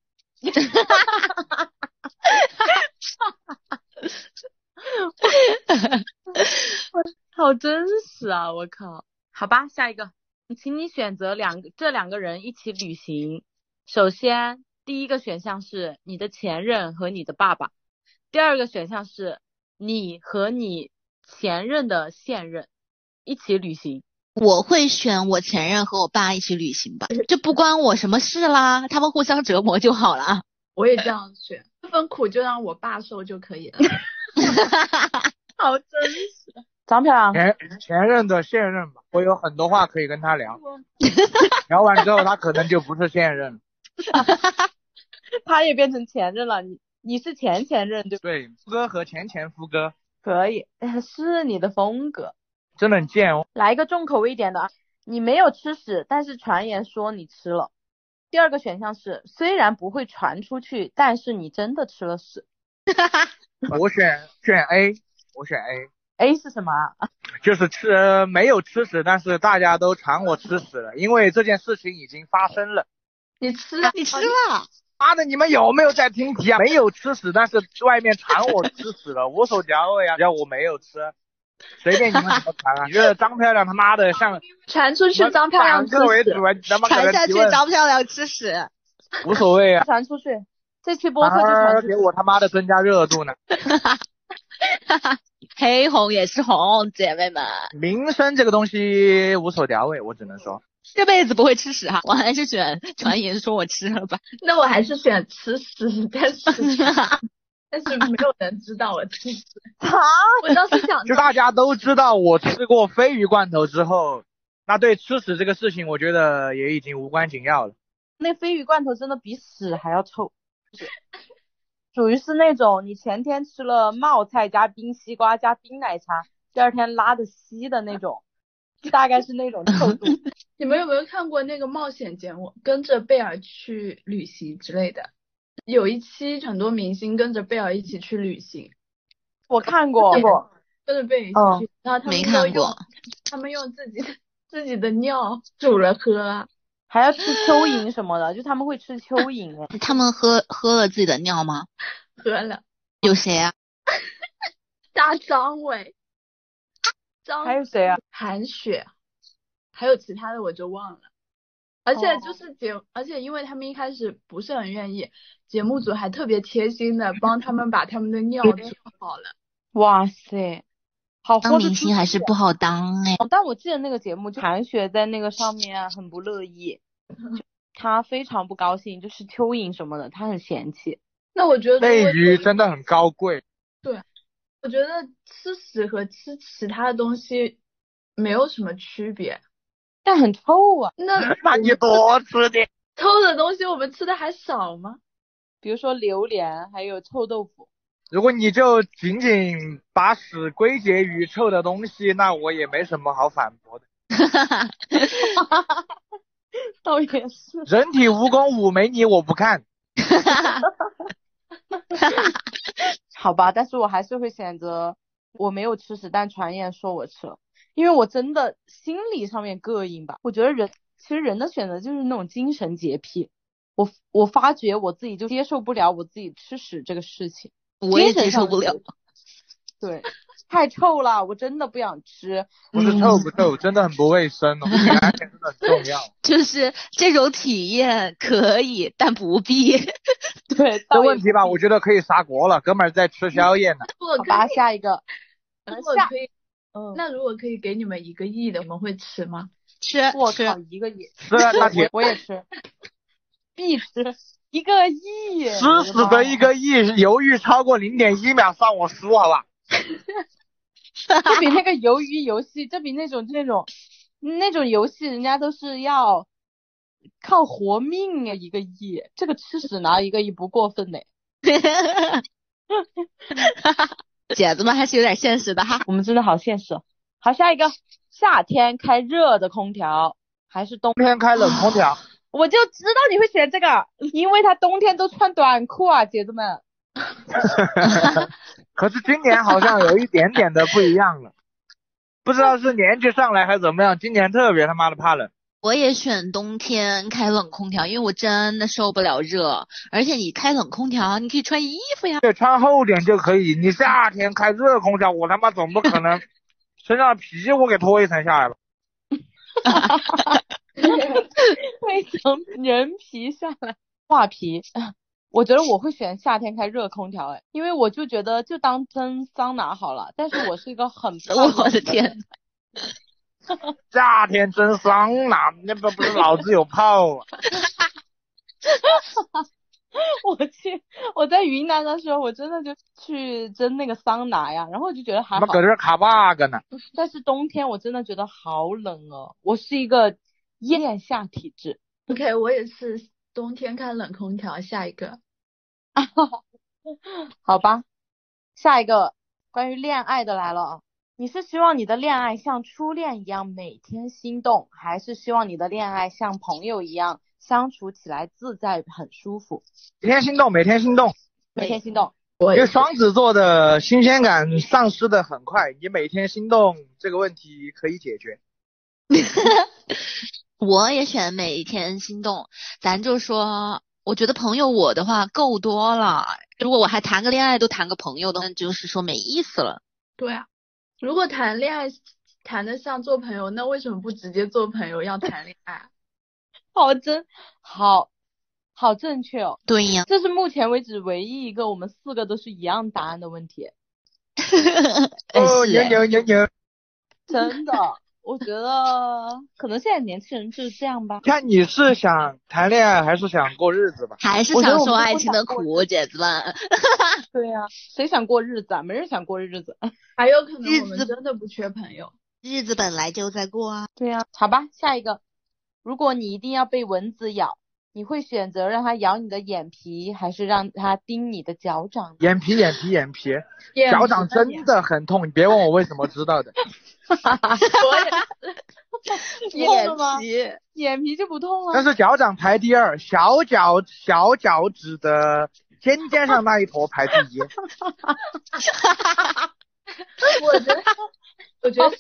A: 好真实啊，我靠。好吧，下一个，请你选择这两个人一起旅行。首先第一个选项是你的前任和你的爸爸，第二个选项是你和你前任的现任一起旅行。
B: 我会选我前任和我爸一起旅行吧，这不关我什么事啦，他们互相折磨就好了。
D: 我也这样选，这份苦就让我爸受就可以了。
A: 好真实。张漂亮，
C: 前任的现任吧，我有很多话可以跟他聊。聊完之后他可能就不是现任了。
A: 他也变成前任了，你是前任对不
C: 对？对，夫哥和前夫哥
A: 可以，是你的风格。
C: 真的很贱哦。
A: 来一个重口味一点的，你没有吃屎，但是传言说你吃了。第二个选项是虽然不会传出去，但是你真的吃了屎。
C: 我选 A， 我选 A。
A: A 是什么？
C: 就是没有吃屎，但是大家都传我吃屎了，因为这件事情已经发生了。
D: 你吃
B: 了？
C: 妈的，你们有没有在听题啊？没有吃屎，但是外面传我吃屎了，无所谓啊，只要我没有吃，随便你们怎么传啊。你觉得张漂亮他妈的像
D: 传出去张漂亮吃屎，
B: 传下去张漂亮吃屎，
C: 无所谓啊。
A: 传出去，这期播客就传出去，
C: 给我他妈的增加热度呢。
B: 黑红也是红，姐妹们。
C: 名声这个东西无所调味，我只能说
B: 这辈子不会吃屎哈，我还是选传言说我吃了吧。
D: 那我还是选吃屎，但是没有人知道我吃屎。我当时想，
C: 就大家都知道我吃过鲱鱼罐头之后，那对吃屎这个事情，我觉得也已经无关紧要了。
A: 那鲱鱼罐头真的比屎还要臭，属于是那种你前天吃了冒菜加冰西瓜加冰奶茶，第二天拉的稀的那种，大概是那种臭度。
D: 你们有没有看过那个冒险节目，跟着贝尔去旅行之类的？有一期很多明星跟着贝尔一起去旅行。
A: 我看过，
D: 跟着贝尔一起去，然后他们用自己的尿煮了喝，
A: 还要吃蚯蚓什么的，就他们会吃蚯蚓。
B: 他们喝了自己的尿吗？
D: 喝了。
B: 有谁啊？
D: 大张伟，
A: 还有谁啊？
D: 韩雪，还有其他的我就忘了。而且而且因为他们一开始不是很愿意，节目组还特别贴心的帮他们把他们的尿煮好了。
A: 哇塞，好，
B: 当明星还是不好当哎。
A: 但我记得那个节目，就韩雪在那个上面很不乐意，她非常不高兴，就是蚯蚓什么的，她很嫌弃。
D: 那我觉得
C: 鲱鱼真的很高贵。
D: 对，我觉得吃屎和吃其他的东西没有什么区别，
A: 但很臭啊。
C: 那你多吃点。
D: 臭的东西我们吃的还少吗？
A: 比如说榴莲，还有臭豆腐。
C: 如果你就仅仅把屎归结于臭的东西，那我也没什么好反驳的。
A: 倒也是。
C: 人体蜈蚣5没你我不看。
A: 好吧，但是我还是会选择我没有吃屎，但传言说我吃了，因为我真的心理上面膈应吧。我觉得人其实人的选择就是那种精神洁癖。我发觉我自己就接受不了我自己吃屎这个事情，
B: 我也接受不了。
A: 对，太臭了，我真的不想吃。
C: 不是臭不臭，真的很不卫生，食品安全真的很重要。
B: 就是这种体验可以，但不必。
A: 对，
C: 这问题吧，我觉得可以杀锅了，哥们儿在吃宵夜呢。
A: 好吧，下一个。
D: 如果可以，那如果可以给你们1个亿的，你们会吃吗？
B: 吃。
A: 我靠，1个亿。
C: 是那铁，
A: 我也吃，必吃1个亿。
C: 吃死的1个亿，犹豫超过0.1秒算我输，好吧？
A: 这比那个鱿鱼游戏，这比那种游戏，人家都是要靠活命啊！1个亿，这个吃屎拿1个亿不过分呢。
B: 姐子们还是有点现实的哈。
A: 我们真的好现实。好，下一个，夏天开热的空调还是冬
C: 天开冷空调？
A: 我就知道你会选这个，因为他冬天都穿短裤啊，姐子们。
C: 可是今年好像有一点点的不一样了，不知道是年纪上来还是怎么样，今年特别他妈的怕冷。
B: 我也选冬天开冷空调，因为我真的受不了热，而且你开冷空调，你可以穿衣服呀。
C: 对，穿厚点就可以。你夏天开热空调，我他妈总不可能身上的皮我给脱一层下来吧？
A: 为什么人皮下来？画皮。我觉得我会选夏天开热空调，因为我就觉得就当蒸桑拿好了。但是我是一个很
B: 我的天。
C: 夏天蒸桑拿，那不是老子有泡啊！
A: 我在云南的时候，我真的就去蒸那个桑拿呀，然后我就觉得还好。
C: 搁这卡 bug 呢。
A: 但是冬天我真的觉得好冷哦，我是一个厌夏体质。
D: OK， 我也是冬天开冷空调。下一个。
A: 好吧，下一个关于恋爱的来了啊。你是希望你的恋爱像初恋一样每天心动，还是希望你的恋爱像朋友一样相处起来自在很舒服？
C: 每天心动，每天心动，
A: 每天心动。
C: 因为双子座的新鲜感丧失的很快，你每天心动这个问题可以解决。
B: 我也选每天心动，咱就说，我觉得朋友我的话够多了，如果我还谈个恋爱都谈个朋友的，那就是说没意思了。
D: 对啊，如果谈恋爱谈得像做朋友，那为什么不直接做朋友要谈恋爱？
A: 好正确哦。
B: 对呀，
A: 这是目前为止唯一一个我们4个都是一样答案的问题。
C: 哦，牛，
A: 真的。我觉得可能现在年轻人就是这样吧。
C: 看你是想谈恋爱还是想过日子吧？
B: 还是享受爱情的苦，姐子们。
A: 对呀，谁想过日子啊？没人想过日子。
D: 还有可能我们真的不缺朋友，
B: 日子本来就在过啊。
A: 对呀，好吧，下一个，如果你一定要被蚊子咬，你会选择让它咬你的眼皮，还是让它叮你的脚掌？
C: 眼皮，脚掌真的很痛，你别问我为什么知道的。
A: 眼皮就不痛了。
C: 但是脚掌排第二，小脚趾的尖上那一坨排第一。
D: 我觉得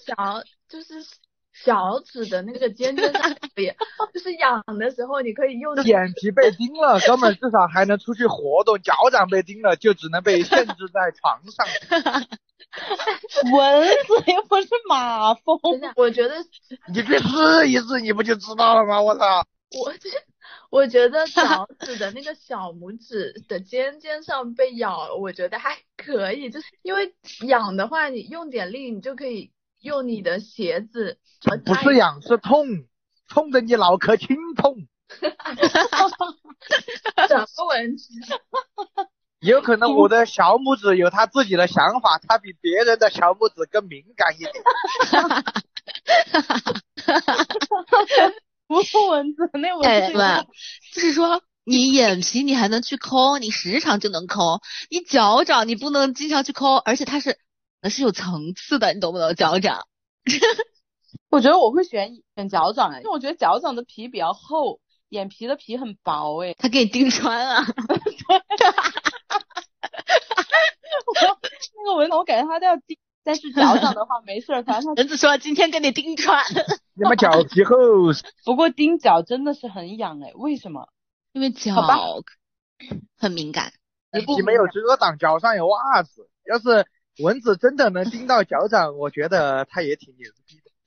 D: 小指的那个尖上也，就是痒的时候你可以用。
C: 眼皮被叮了，哥们至少还能出去活动，脚掌被叮了就只能被限制在床上。
A: 蚊子又不是马蜂。
D: 我觉得
C: 你去试一试，你不就知道了吗？我操！
D: 我觉得脚趾的那个小拇指的尖上被咬，我觉得还可以，就是因为痒的话，你用点力，你就可以用你的鞋子。
C: 不是痒，是痛，痛的你脑壳清痛。
D: 什么问题？
C: 有可能我的小拇指有他自己的想法，他比别人的小拇指更敏感一点。
A: 不是蚊子，那蚊子
B: 就是说你眼皮你还能去抠，你时常就能抠，你脚掌你不能经常去抠，而且它是有层次的，你懂不懂？脚掌。
A: 我觉得我会选脚掌，因为我觉得脚掌的皮比较厚，眼皮的皮很薄它
B: 给你钉穿啊。
A: 那个蚊子我感觉它都要钉但是脚上的话没事，反正
B: 蚊子说今天跟你叮穿，
C: 你们脚皮厚。
A: 不过叮脚真的是很痒哎，为什么？
B: 因为脚很敏感。
C: 你没有遮挡，脚上有袜子。要是蚊子真的能叮到脚掌，我觉得它也挺牛逼的。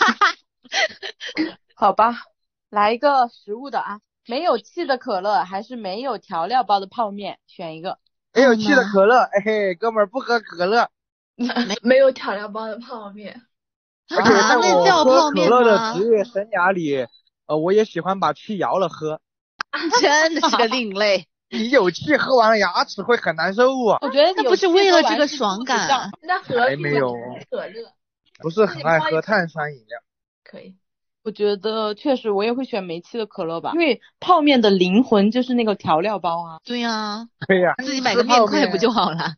A: 好吧，来一个食物的啊，没有气的可乐还是没有调料包的泡面，选一个。
C: 没有气的可乐，哎嘿，哥们儿不喝可乐。
D: 没有调料包的泡面。
C: 而且在我喝可乐的职业生涯里，我也喜欢把气摇了喝。
B: 真的是个另类。
C: 你有气喝完了牙齿会很难受啊。
A: 我觉得
B: 那不是为了这个爽感。
D: 那喝
C: 没有
D: 可乐。
C: 不是很爱喝碳酸饮料。
D: 可以。
A: 我觉得确实我也会选没气的可乐吧，因为泡面的灵魂就是那个调料包啊。
B: 对呀。
C: 对呀。
B: 自己买个面块不就好了？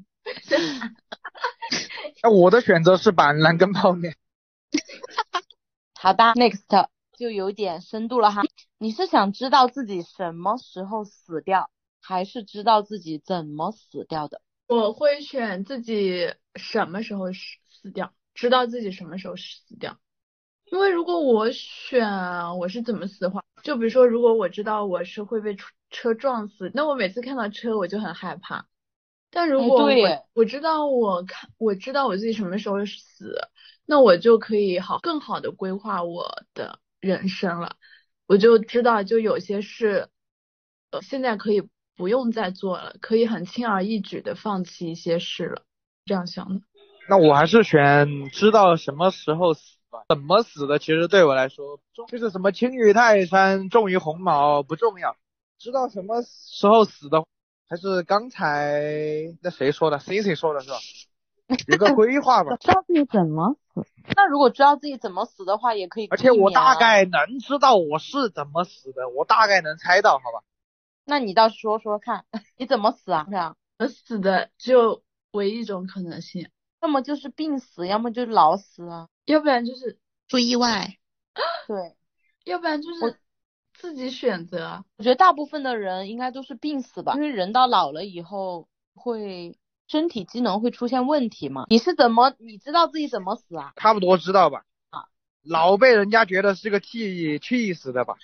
C: 那我的选择是板蓝根泡面。
A: 好吧 ，next 就有点深度了哈。你是想知道自己什么时候死掉，还是知道自己怎么死掉的？
D: 我会选自己什么时候死掉，知道自己什么时候死掉。因为如果我选我是怎么死的话，就比如说如果我知道我是会被车撞死，那我每次看到车我就很害怕。但如果我知道我知道我自己什么时候死，那我就可以更好的规划我的人生了。我就知道就有些事现在可以不用再做了，可以很轻而易举的放弃一些事了，这样想的。
C: 那我还是选知道什么时候死吧。怎么死的其实对我来说就是什么轻于泰山重于鸿毛不重要，知道什么时候死的还是刚才那谁说的 CC 说的是吧？有个规划吧。
A: 知道自己怎么死，那如果知道自己怎么死的话也可以
C: 而且我大概能知道我是怎么死的，我大概能猜到，好吧？
A: 那你倒是说说看，你怎么死啊？这样
D: 我死的只有唯一一种可能性，
A: 要么就是病死，要么就是老死啊，
D: 要不然就是
B: 出意外。
A: 对，
D: 要不然就是自己选择。
A: 我觉得大部分的人应该都是病死吧，因为人到老了以后会身体机能会出现问题嘛。你知道自己怎么死啊？
C: 差不多知道吧。老被人家觉得是个气死的吧。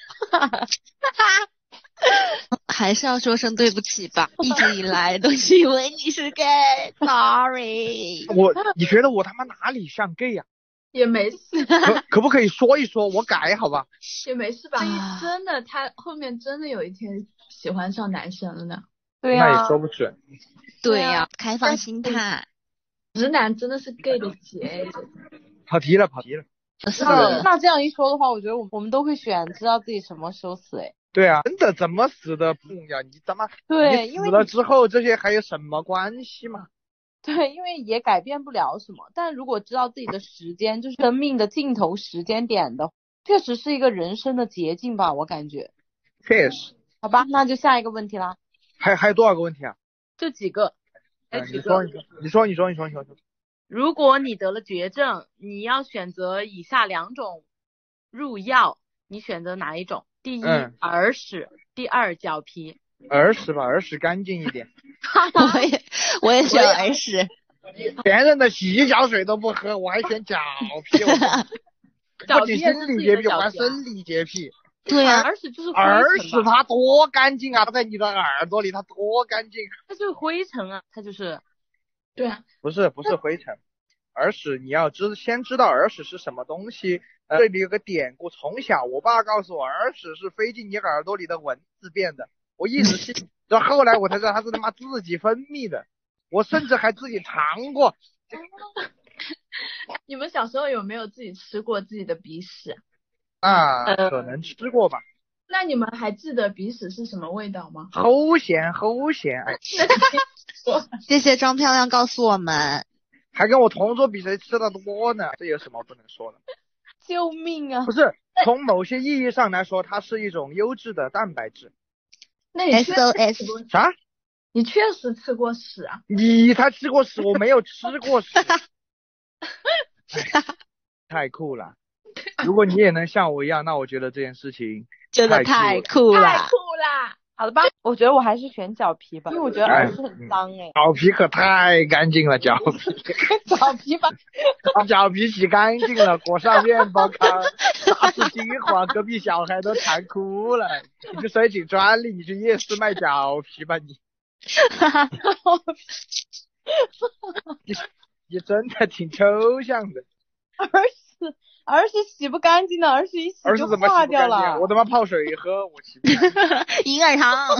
B: 还是要说声对不起吧，一直以来都是以为你是 gay sorry。
C: 你觉得我他妈哪里像 gay 呀？
D: 也没事。
C: 可不可以说一说我改好吧？
D: 也没事吧。真的他后面真的有一天喜欢上男生了呢。
A: 对呀。
C: 那也说不准。
B: 对呀，开放心态。
D: 直男真的是 gay 的结。
C: 跑题了。
A: 那这样一说的话，我觉得我们都会选知道自己什么时候死。
C: 对啊，真的怎么死的不重要，你他妈
A: 对，
C: 你死了之后这些还有什么关系吗？
A: 对，因为也改变不了什么。但如果知道自己的时间就是生命的尽头时间点的，确实是一个人生的捷径吧，我感觉。
C: 确实。
A: 好吧，那就下一个问题啦。
C: 还有多少个问题啊？
A: 就几个。
C: 你说。
A: 如果你得了绝症，你要选择以下2种入药，你选择哪一种？第一，耳屎；第二，脚皮。
C: 耳屎吧，耳屎干净一点。
B: 我也选耳屎。
C: 别人的洗脚水都不喝，我还选脚皮。不仅心理洁癖，我还生理洁癖。
B: 对啊，
A: 耳屎就是
C: 耳屎，它多干净啊！它在你的耳朵里，它多干净。
A: 它就是灰尘啊，它就是。
D: 对啊。
C: 不是灰尘。耳屎你要先知道耳屎是什么东西。这里有个典故，从小我爸告诉我，耳屎是飞进你耳朵里的蚊子变的。我一直信，到后来我才知道它是他妈自己分泌的。我甚至还自己尝过。
D: 你们小时候有没有自己吃过自己的鼻屎？
C: 可能吃过吧。
D: 那你们还记得鼻屎是什么味道吗？
C: 齁咸。
B: 谢谢张漂亮告诉我们。
C: 还跟我同桌比谁吃的多呢，这有什么不能说的？
A: 救命啊！
C: 不是，从某些意义上来说，它是一种优质的蛋白质。
D: 那你
B: SOS
C: 啥？
D: 你确实吃过屎啊？
C: 你才吃过屎，我没有吃过屎。太酷了！如果你也能像我一样，那我觉得这件事情
B: 真的太酷了。
A: 好了吧， 我觉得我还是选脚皮吧，因为我觉得耳屎很脏哎。
C: 脚皮可太干净了，脚皮。
A: 脚皮吧，
C: 把脚皮洗干净了，裹上面包糠，撒次精华，隔壁小孩都馋哭了。你去申请专利，你去夜市卖脚皮吧你。你真的挺抽象的。
A: 耳屎洗不干净的，耳屎一洗就化掉了。
C: 我他妈泡水喝，我洗不干净。
B: 银耳汤。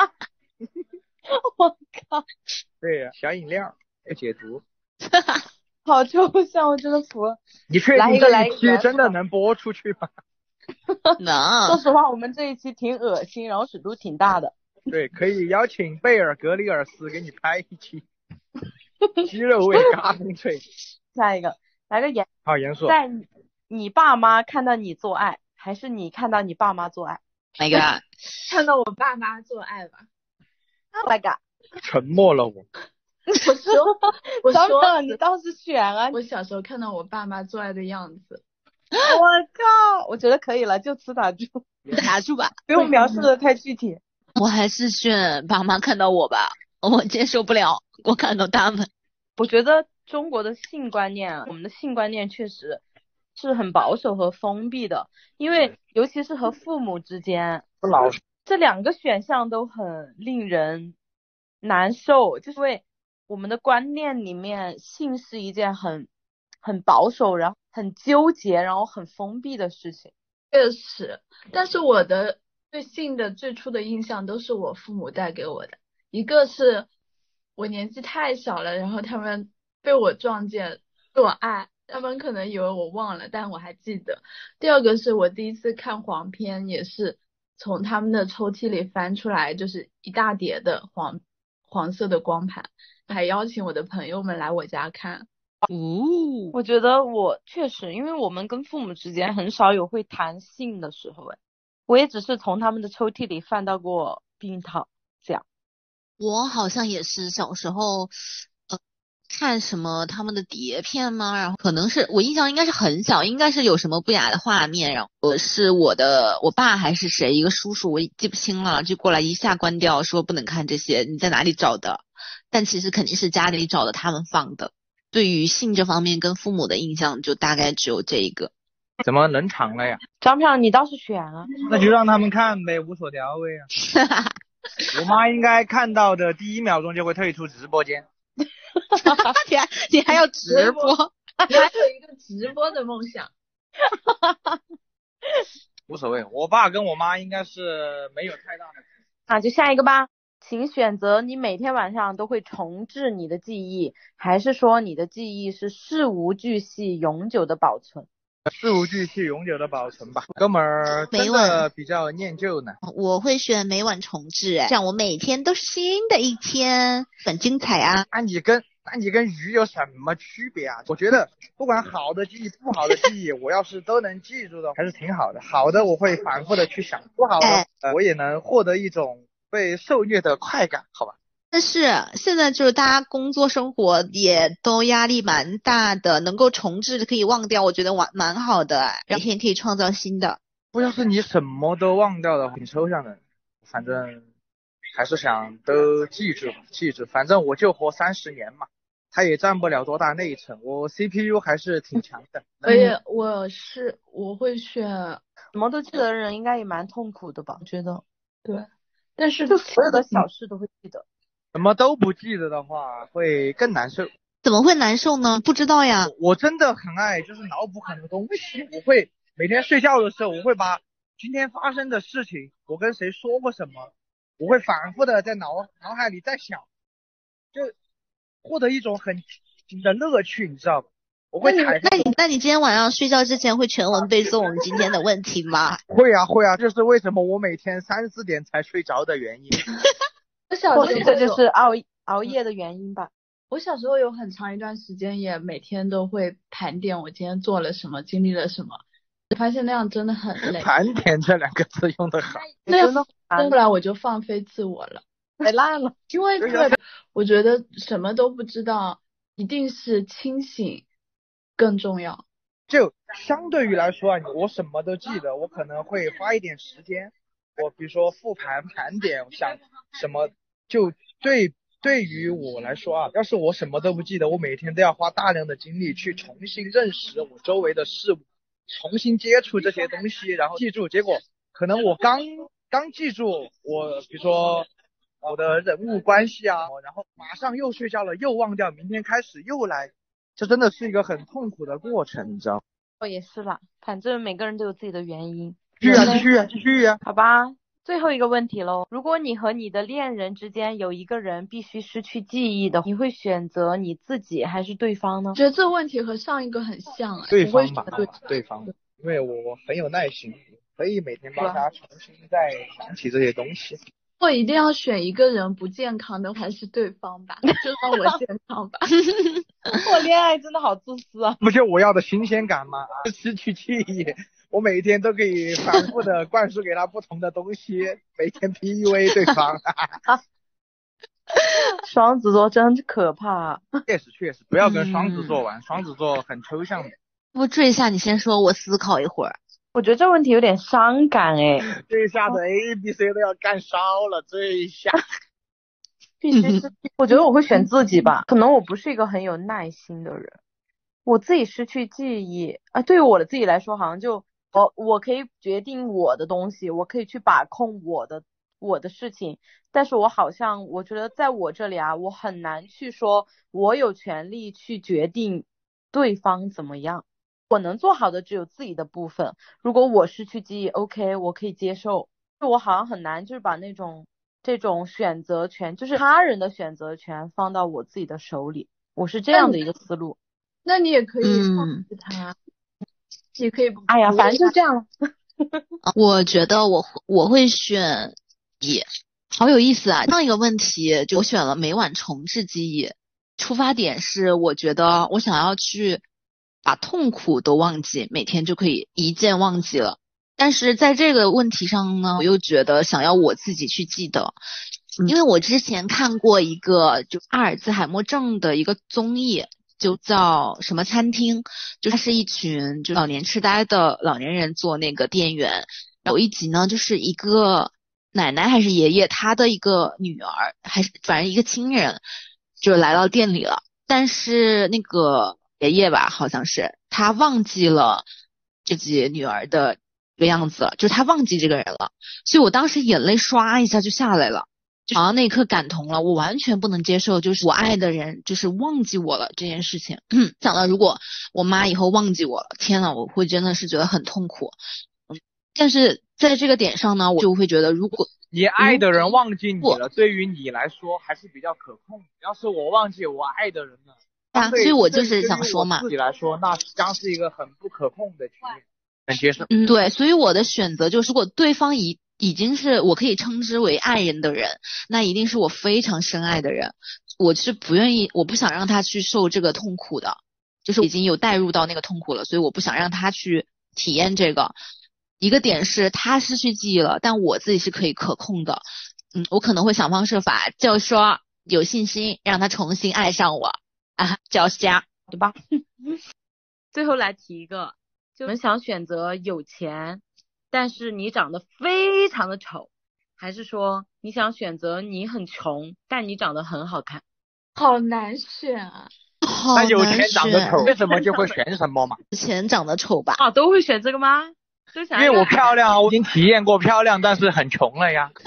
A: 我靠。
C: 对呀，小饮料要解毒。
A: 好抽象，我真的服了。
C: 你确定这一期真的能播出去吗？
B: 能。
A: 说实话，我们这一期挺恶心，然后尺度挺大的。
C: 对，可以邀请贝尔格里尔斯给你拍一期。鸡肉味嘎嘣脆。
A: 下一个，来个严。
C: 好严肃。
A: 在你爸妈看到你做爱，还是你看到你爸妈做爱？
B: 哪个？
D: 看到我爸妈做爱吧。
A: 那个。
C: 沉默了我。
D: 我说
A: 你倒是选啊！
D: 我小时候看到我爸妈做爱的样子。
A: 我靠，我觉得可以了，就此打住。
B: 打住吧，
A: 不用描述的太具体。
B: 我还是选爸妈看到我吧，我接受不了我看到他们。
A: 我觉得中国的性观念，我们的性观念确实是很保守和封闭的，因为尤其是和父母之间，这两个选项都很令人难受，就是因为我们的观念里面性是一件很保守，然后很纠结，然后很封闭的事情。
D: 确实，但是我的对性的最初的印象都是我父母带给我的，一个是我年纪太小了，然后他们被我撞见做爱，他们可能以为我忘了，但我还记得。第二个是我第一次看黄片，也是从他们的抽屉里翻出来，就是一大叠的黄色的光盘，还邀请我的朋友们来我家看。
A: 我觉得我确实，因为我们跟父母之间很少有会谈性的时候，我也只是从他们的抽屉里翻到过避孕套这样。
B: 我好像也是小时候看什么他们的碟片吗？然后可能是我印象应该是很小，应该是有什么不雅的画面，然后是我爸还是谁一个叔叔，我记不清了，就过来一下关掉，说不能看这些，你在哪里找的？但其实肯定是家里找的，他们放的。对于性这方面跟父母的印象就大概只有这一个。
C: 怎么冷场了呀？
A: 张票你倒是选啊。
C: 那就让他们看呗，无所谓啊。我妈应该看到的第1秒钟就会退出直播间。
B: 你还要直播？
D: 你还有一个直播的梦想。
C: 无所谓，我爸跟我妈应该是没有太大的。
A: 那就下一个吧。请选择你每天晚上都会重置你的记忆，还是说你的记忆是事无巨细永久的保存？
C: 事无巨细永久的保存吧，哥们儿真的比较念旧呢。
B: 我会选每晚重置，这样我每天都是新的一天，很精彩啊。
C: 那你跟鱼有什么区别啊？我觉得不管好的记忆不好的记忆，我要是都能记住的还是挺好的。好的我会反复的去想，不好的我也能获得一种被受虐的快感，好吧？
B: 但是现在就是大家工作生活也都压力蛮大的，能够重置可以忘掉，我觉得蛮好的，每天可以创造新的。
C: 不要是你什么都忘掉的话，挺抽象的。反正还是想都记住，反正我就活30年嘛，它也占不了多大内存，我 CPU 还是挺强的。
D: 我会选
A: 什么都记得的人应该也蛮痛苦的吧？我觉得
D: 对，但是
A: 就所有的小事都会记得。
C: 什么都不记得的话会更难受。
B: 怎么会难受呢？不知道呀。
C: 我真的很爱就是脑补很多东西，我会每天睡觉的时候，我会把今天发生的事情，我跟谁说过什么，我会反复的在脑海里在想，就获得一种很新的乐趣，你知道吗？我会
B: 那你今天晚上睡觉之前会全文背诵我们今天的问题吗？
C: 会啊，这是为什么我每天3、4点才睡着的原因。
A: 或许这就是熬夜的原因吧。
D: 我小时候有很长一段时间也每天都会盘点我今天做了什么，经历了什么，发现那样真的很累。
C: 盘点这2个字用得好。
D: 那样后来我就放飞自我了，
A: 太烂了。
D: 因为我觉得什么都不知道，一定是清醒更重要。
C: 就相对于来说啊，我什么都记得，我可能会花一点时间
E: 我比如说复盘盘点，想什么就对于我来说啊，要是我什么都不记得，我每天都要花大量的精力去重新认识我周围的事物，重新接触这些东西，然后记住，结果可能我刚记住我比如说我的人物关系啊，然后马上又睡觉了，又忘掉，明天开始又来，这真的是一个很痛苦的过程，你知道吗？
A: 我也是啦，反正每个人都有自己的原因。
E: 继续啊。
A: 好吧，最后一个问题喽。如果你和你的恋人之间有一个人必须失去记忆的，你会选择你自己还是对方呢？
D: 觉得这个问题和上一个很像
E: 对方吧，对方，因为我很有耐心，可以每天帮他重新再想起这些东西。
D: 我一定要选一个人不健康的还是对方吧，就让我健康吧。
A: 我恋爱真的好自私啊！
E: 不就我要的新鲜感吗？失去记忆，我每天都可以反复的灌输给他不同的东西，每天 PUA 对方。
A: 双子座真可怕。
E: 确实，不要跟双子座玩，双子座很抽象的。
B: 我坠下，你先说，我思考一会儿。
A: 我觉得这问题有点伤感哎。
E: 这下的 ABC 都要干烧了，这一下。
A: 必须是，我觉得我会选自己吧，可能我不是一个很有耐心的人，我自己失去记忆啊，对于我的自己来说，好像就我可以决定我的东西，我可以去把控我的事情，但是我好像我觉得在我这里啊，我很难去说我有权利去决定对方怎么样，我能做好的只有自己的部分，如果我失去记忆 OK 我可以接受，就我好像很难就是把这种选择权，就是他人的选择权放到我自己的手里，我是这样的一个思路。
D: 那你也可以放弃他，也可以不。
A: 哎呀，反正就这样了。
B: 我觉得我会选E，好有意思啊！上一个问题就我选了每晚重置记忆，出发点是我觉得我想要去把痛苦都忘记，每天就可以一键忘记了。但是在这个问题上呢，我又觉得想要我自己去记得，因为我之前看过一个就阿尔兹海默症的一个综艺，就叫什么餐厅，就它是一群就老年痴呆的老年人做那个店员。有一集呢，就是一个奶奶还是爷爷，他的一个女儿还是反正一个亲人就来到店里了，但是那个爷爷吧，好像是他忘记了自己女儿的这个样子了，就是他忘记这个人了，所以我当时眼泪唰一下就下来了，就好像那一刻感同了，我完全不能接受就是我爱的人就是忘记我了这件事情。想到如果我妈以后忘记我了，天呐，我会真的是觉得很痛苦。但是在这个点上呢，我就会觉得如果
C: 你爱的人忘记你了，对于你来说还是比较可控。要是我忘记我爱的人了，
B: 所以我就是想说嘛，
C: 对于我自己来说那将是一个很不可控的局面，能接受。
B: 对，所以我的选择就是，如果对方已经是我可以称之为爱人的人，那一定是我非常深爱的人，我是不愿意，我不想让他去受这个痛苦的，就是已经有带入到那个痛苦了，所以我不想让他去体验这个。一个点是他失去记忆了，但我自己是可以可控的，我可能会想方设法，就是说有信心让他重新爱上我啊，叫家，
A: 对吧？最后来提一个，就我们想选择有钱，但是你长得非常的丑，还是说你想选择你很穷，但你长得很好看？
D: 好难选啊！
B: 好难选。
C: 那有钱长得丑，为什么就会选什么嘛？
B: 有钱长得丑吧？
A: 啊，都会选这个吗？
C: 因为我漂亮啊，我已经体验过漂亮，但是很穷了呀。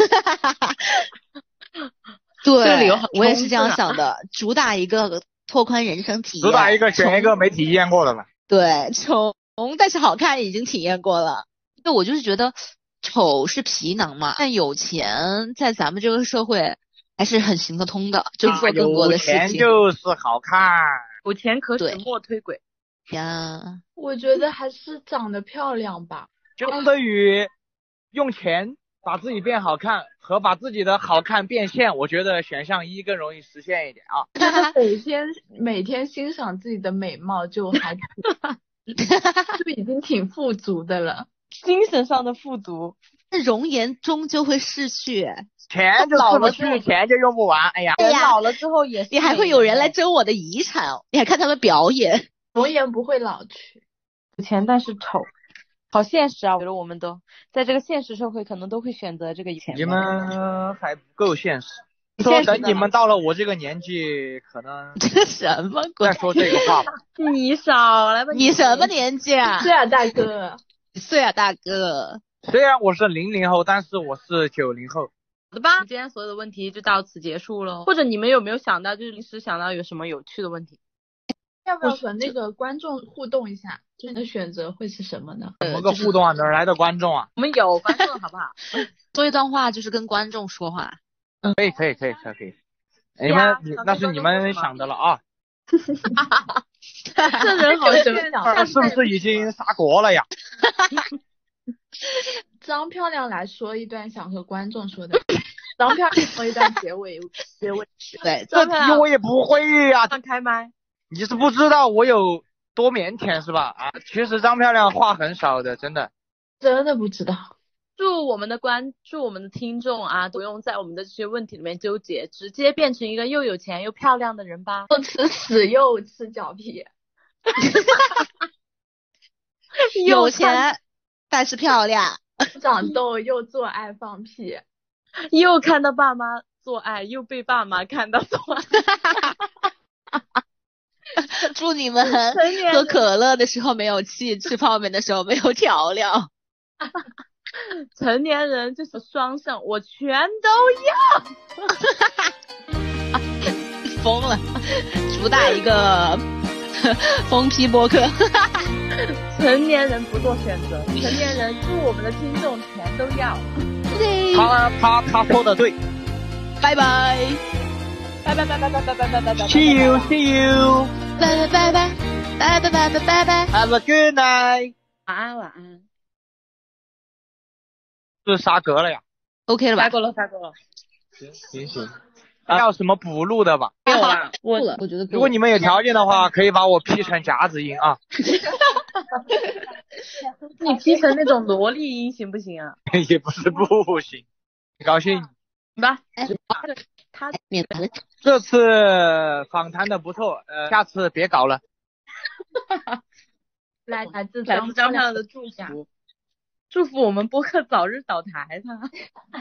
B: 对，我也是这样想的，主打一个拓宽人生体验，
C: 主打一个选一个没体验过的了。
B: 对，穷但是好看已经体验过了。那我就是觉得丑是皮囊嘛，但有钱在咱们这个社会还是很行得通的，就做更多的事情。
C: 有钱就是好看，
A: 有钱可使莫推鬼
B: 呀。
D: 我觉得还是长得漂亮吧。
C: 相当于用钱把自己变好看和把自己的好看变现，我觉得选项一更容易实现一点啊。
D: 每天欣赏自己的美貌就还就已经挺富足的了，
A: 精神上的富足，
B: 那容颜终究会逝去，
C: 钱就出不去，钱就用不完。哎呀，
A: 人老了之后也是，
B: 你还会有人来争我的遗产，你还看他们表演。
D: 容颜不会老去，
A: 有钱但是丑。 好现实啊！我觉得我们都在这个现实社会，可能都会选择这个以前。
C: 你们还不够现实。说等你们到了我这个年纪，可能
B: 这什么鬼？
C: 再说这个话吧。
A: 你少来吧！
B: 你什么年纪啊？
D: 对啊，大哥。
B: 几岁啊，大哥？
C: 虽然我是00后，但是我是90后。
A: 好的吧，今天所有的问题就到此结束了。或者你们有没有想到，就是临时想到有什么有趣的问题？
D: 要不要和那个观众互动一下？就你的选择会是什么呢？
C: 怎么个互动啊？哪来的观众啊？
A: 我们有观众好不好？
B: 说一段话，就是跟观众说话。
C: 可以。你们那是你们想的了啊。
A: 这人好像
C: 是不是已经杀国了呀？
D: 张漂亮来说一段想和观众说的。张漂亮说一段结尾。
B: 对，
C: 这题我也不会呀。
A: 开麦。
C: 你是不知道我有多腼腆是吧？啊，其实张漂亮话很少的，真的
D: 不知道。
A: 祝我们的听众啊，不用在我们的这些问题里面纠结，直接变成一个又有钱又漂亮的人吧。
D: 又吃屎又吃脚皮。
B: 有钱但是漂亮，
D: 长痘又做爱放屁，
A: 又看到爸妈做爱，又被爸妈看到做爱。
B: 祝你们喝可乐的时候没有气，吃泡面的时候没有调料。
A: 成年人就是双胜，我全都要。
B: 疯了，主打一个疯批播客。
A: 成年人不做选择，成年人祝我们的听众全都要。
C: 他说的对。
B: 拜拜。
A: 拜拜拜拜拜拜拜拜拜拜。
C: See you。
B: 拜拜拜拜拜拜拜拜拜拜。
C: Have a good night。
A: 晚安晚安。
C: 是杀格了呀
B: ？OK 了吧？
A: 杀过了。
C: 行。还有什么补录的吧？
A: 没有了，
B: 我觉得
C: 如果你们有条件的话，可以把我 P 成夹子音啊。
A: 你 P 成那种萝莉音行不行啊？
C: 也不是不行，高兴
A: 吧。
B: 他
C: 这次访谈的不错，下次别搞了。
D: 来自
A: 张漂亮的祝福，祝福我们播客早日倒台他。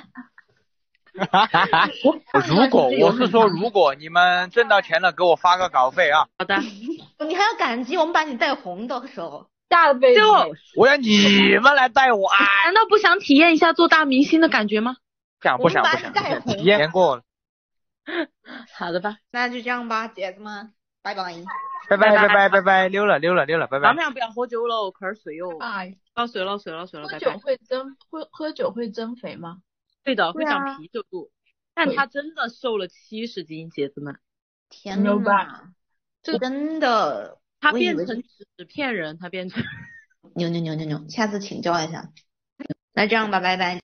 C: 如果你们挣到钱了，给我发个稿费啊。
A: 好的。
B: 你还要感激我们把你带红的时候。
D: 下辈子
C: 我要你们来带我啊！
A: 难道不想体验一下做大明星的感觉吗？
C: 不想，体验过了。
A: 好的吧，
B: 那就这样吧，姐子们，拜拜。
C: 拜拜，溜了，拜拜。
A: 咱们俩不要喝酒喽，喝水哟。喝水了，拜拜。
D: 喝酒会增肥吗？
A: 对的，会长啤酒肚。但他真的瘦了70斤，姐子们。
B: 天哪，这真的。
A: 他变成纸片人，他变成。
B: 牛，下次请教一下。那这样吧，拜拜。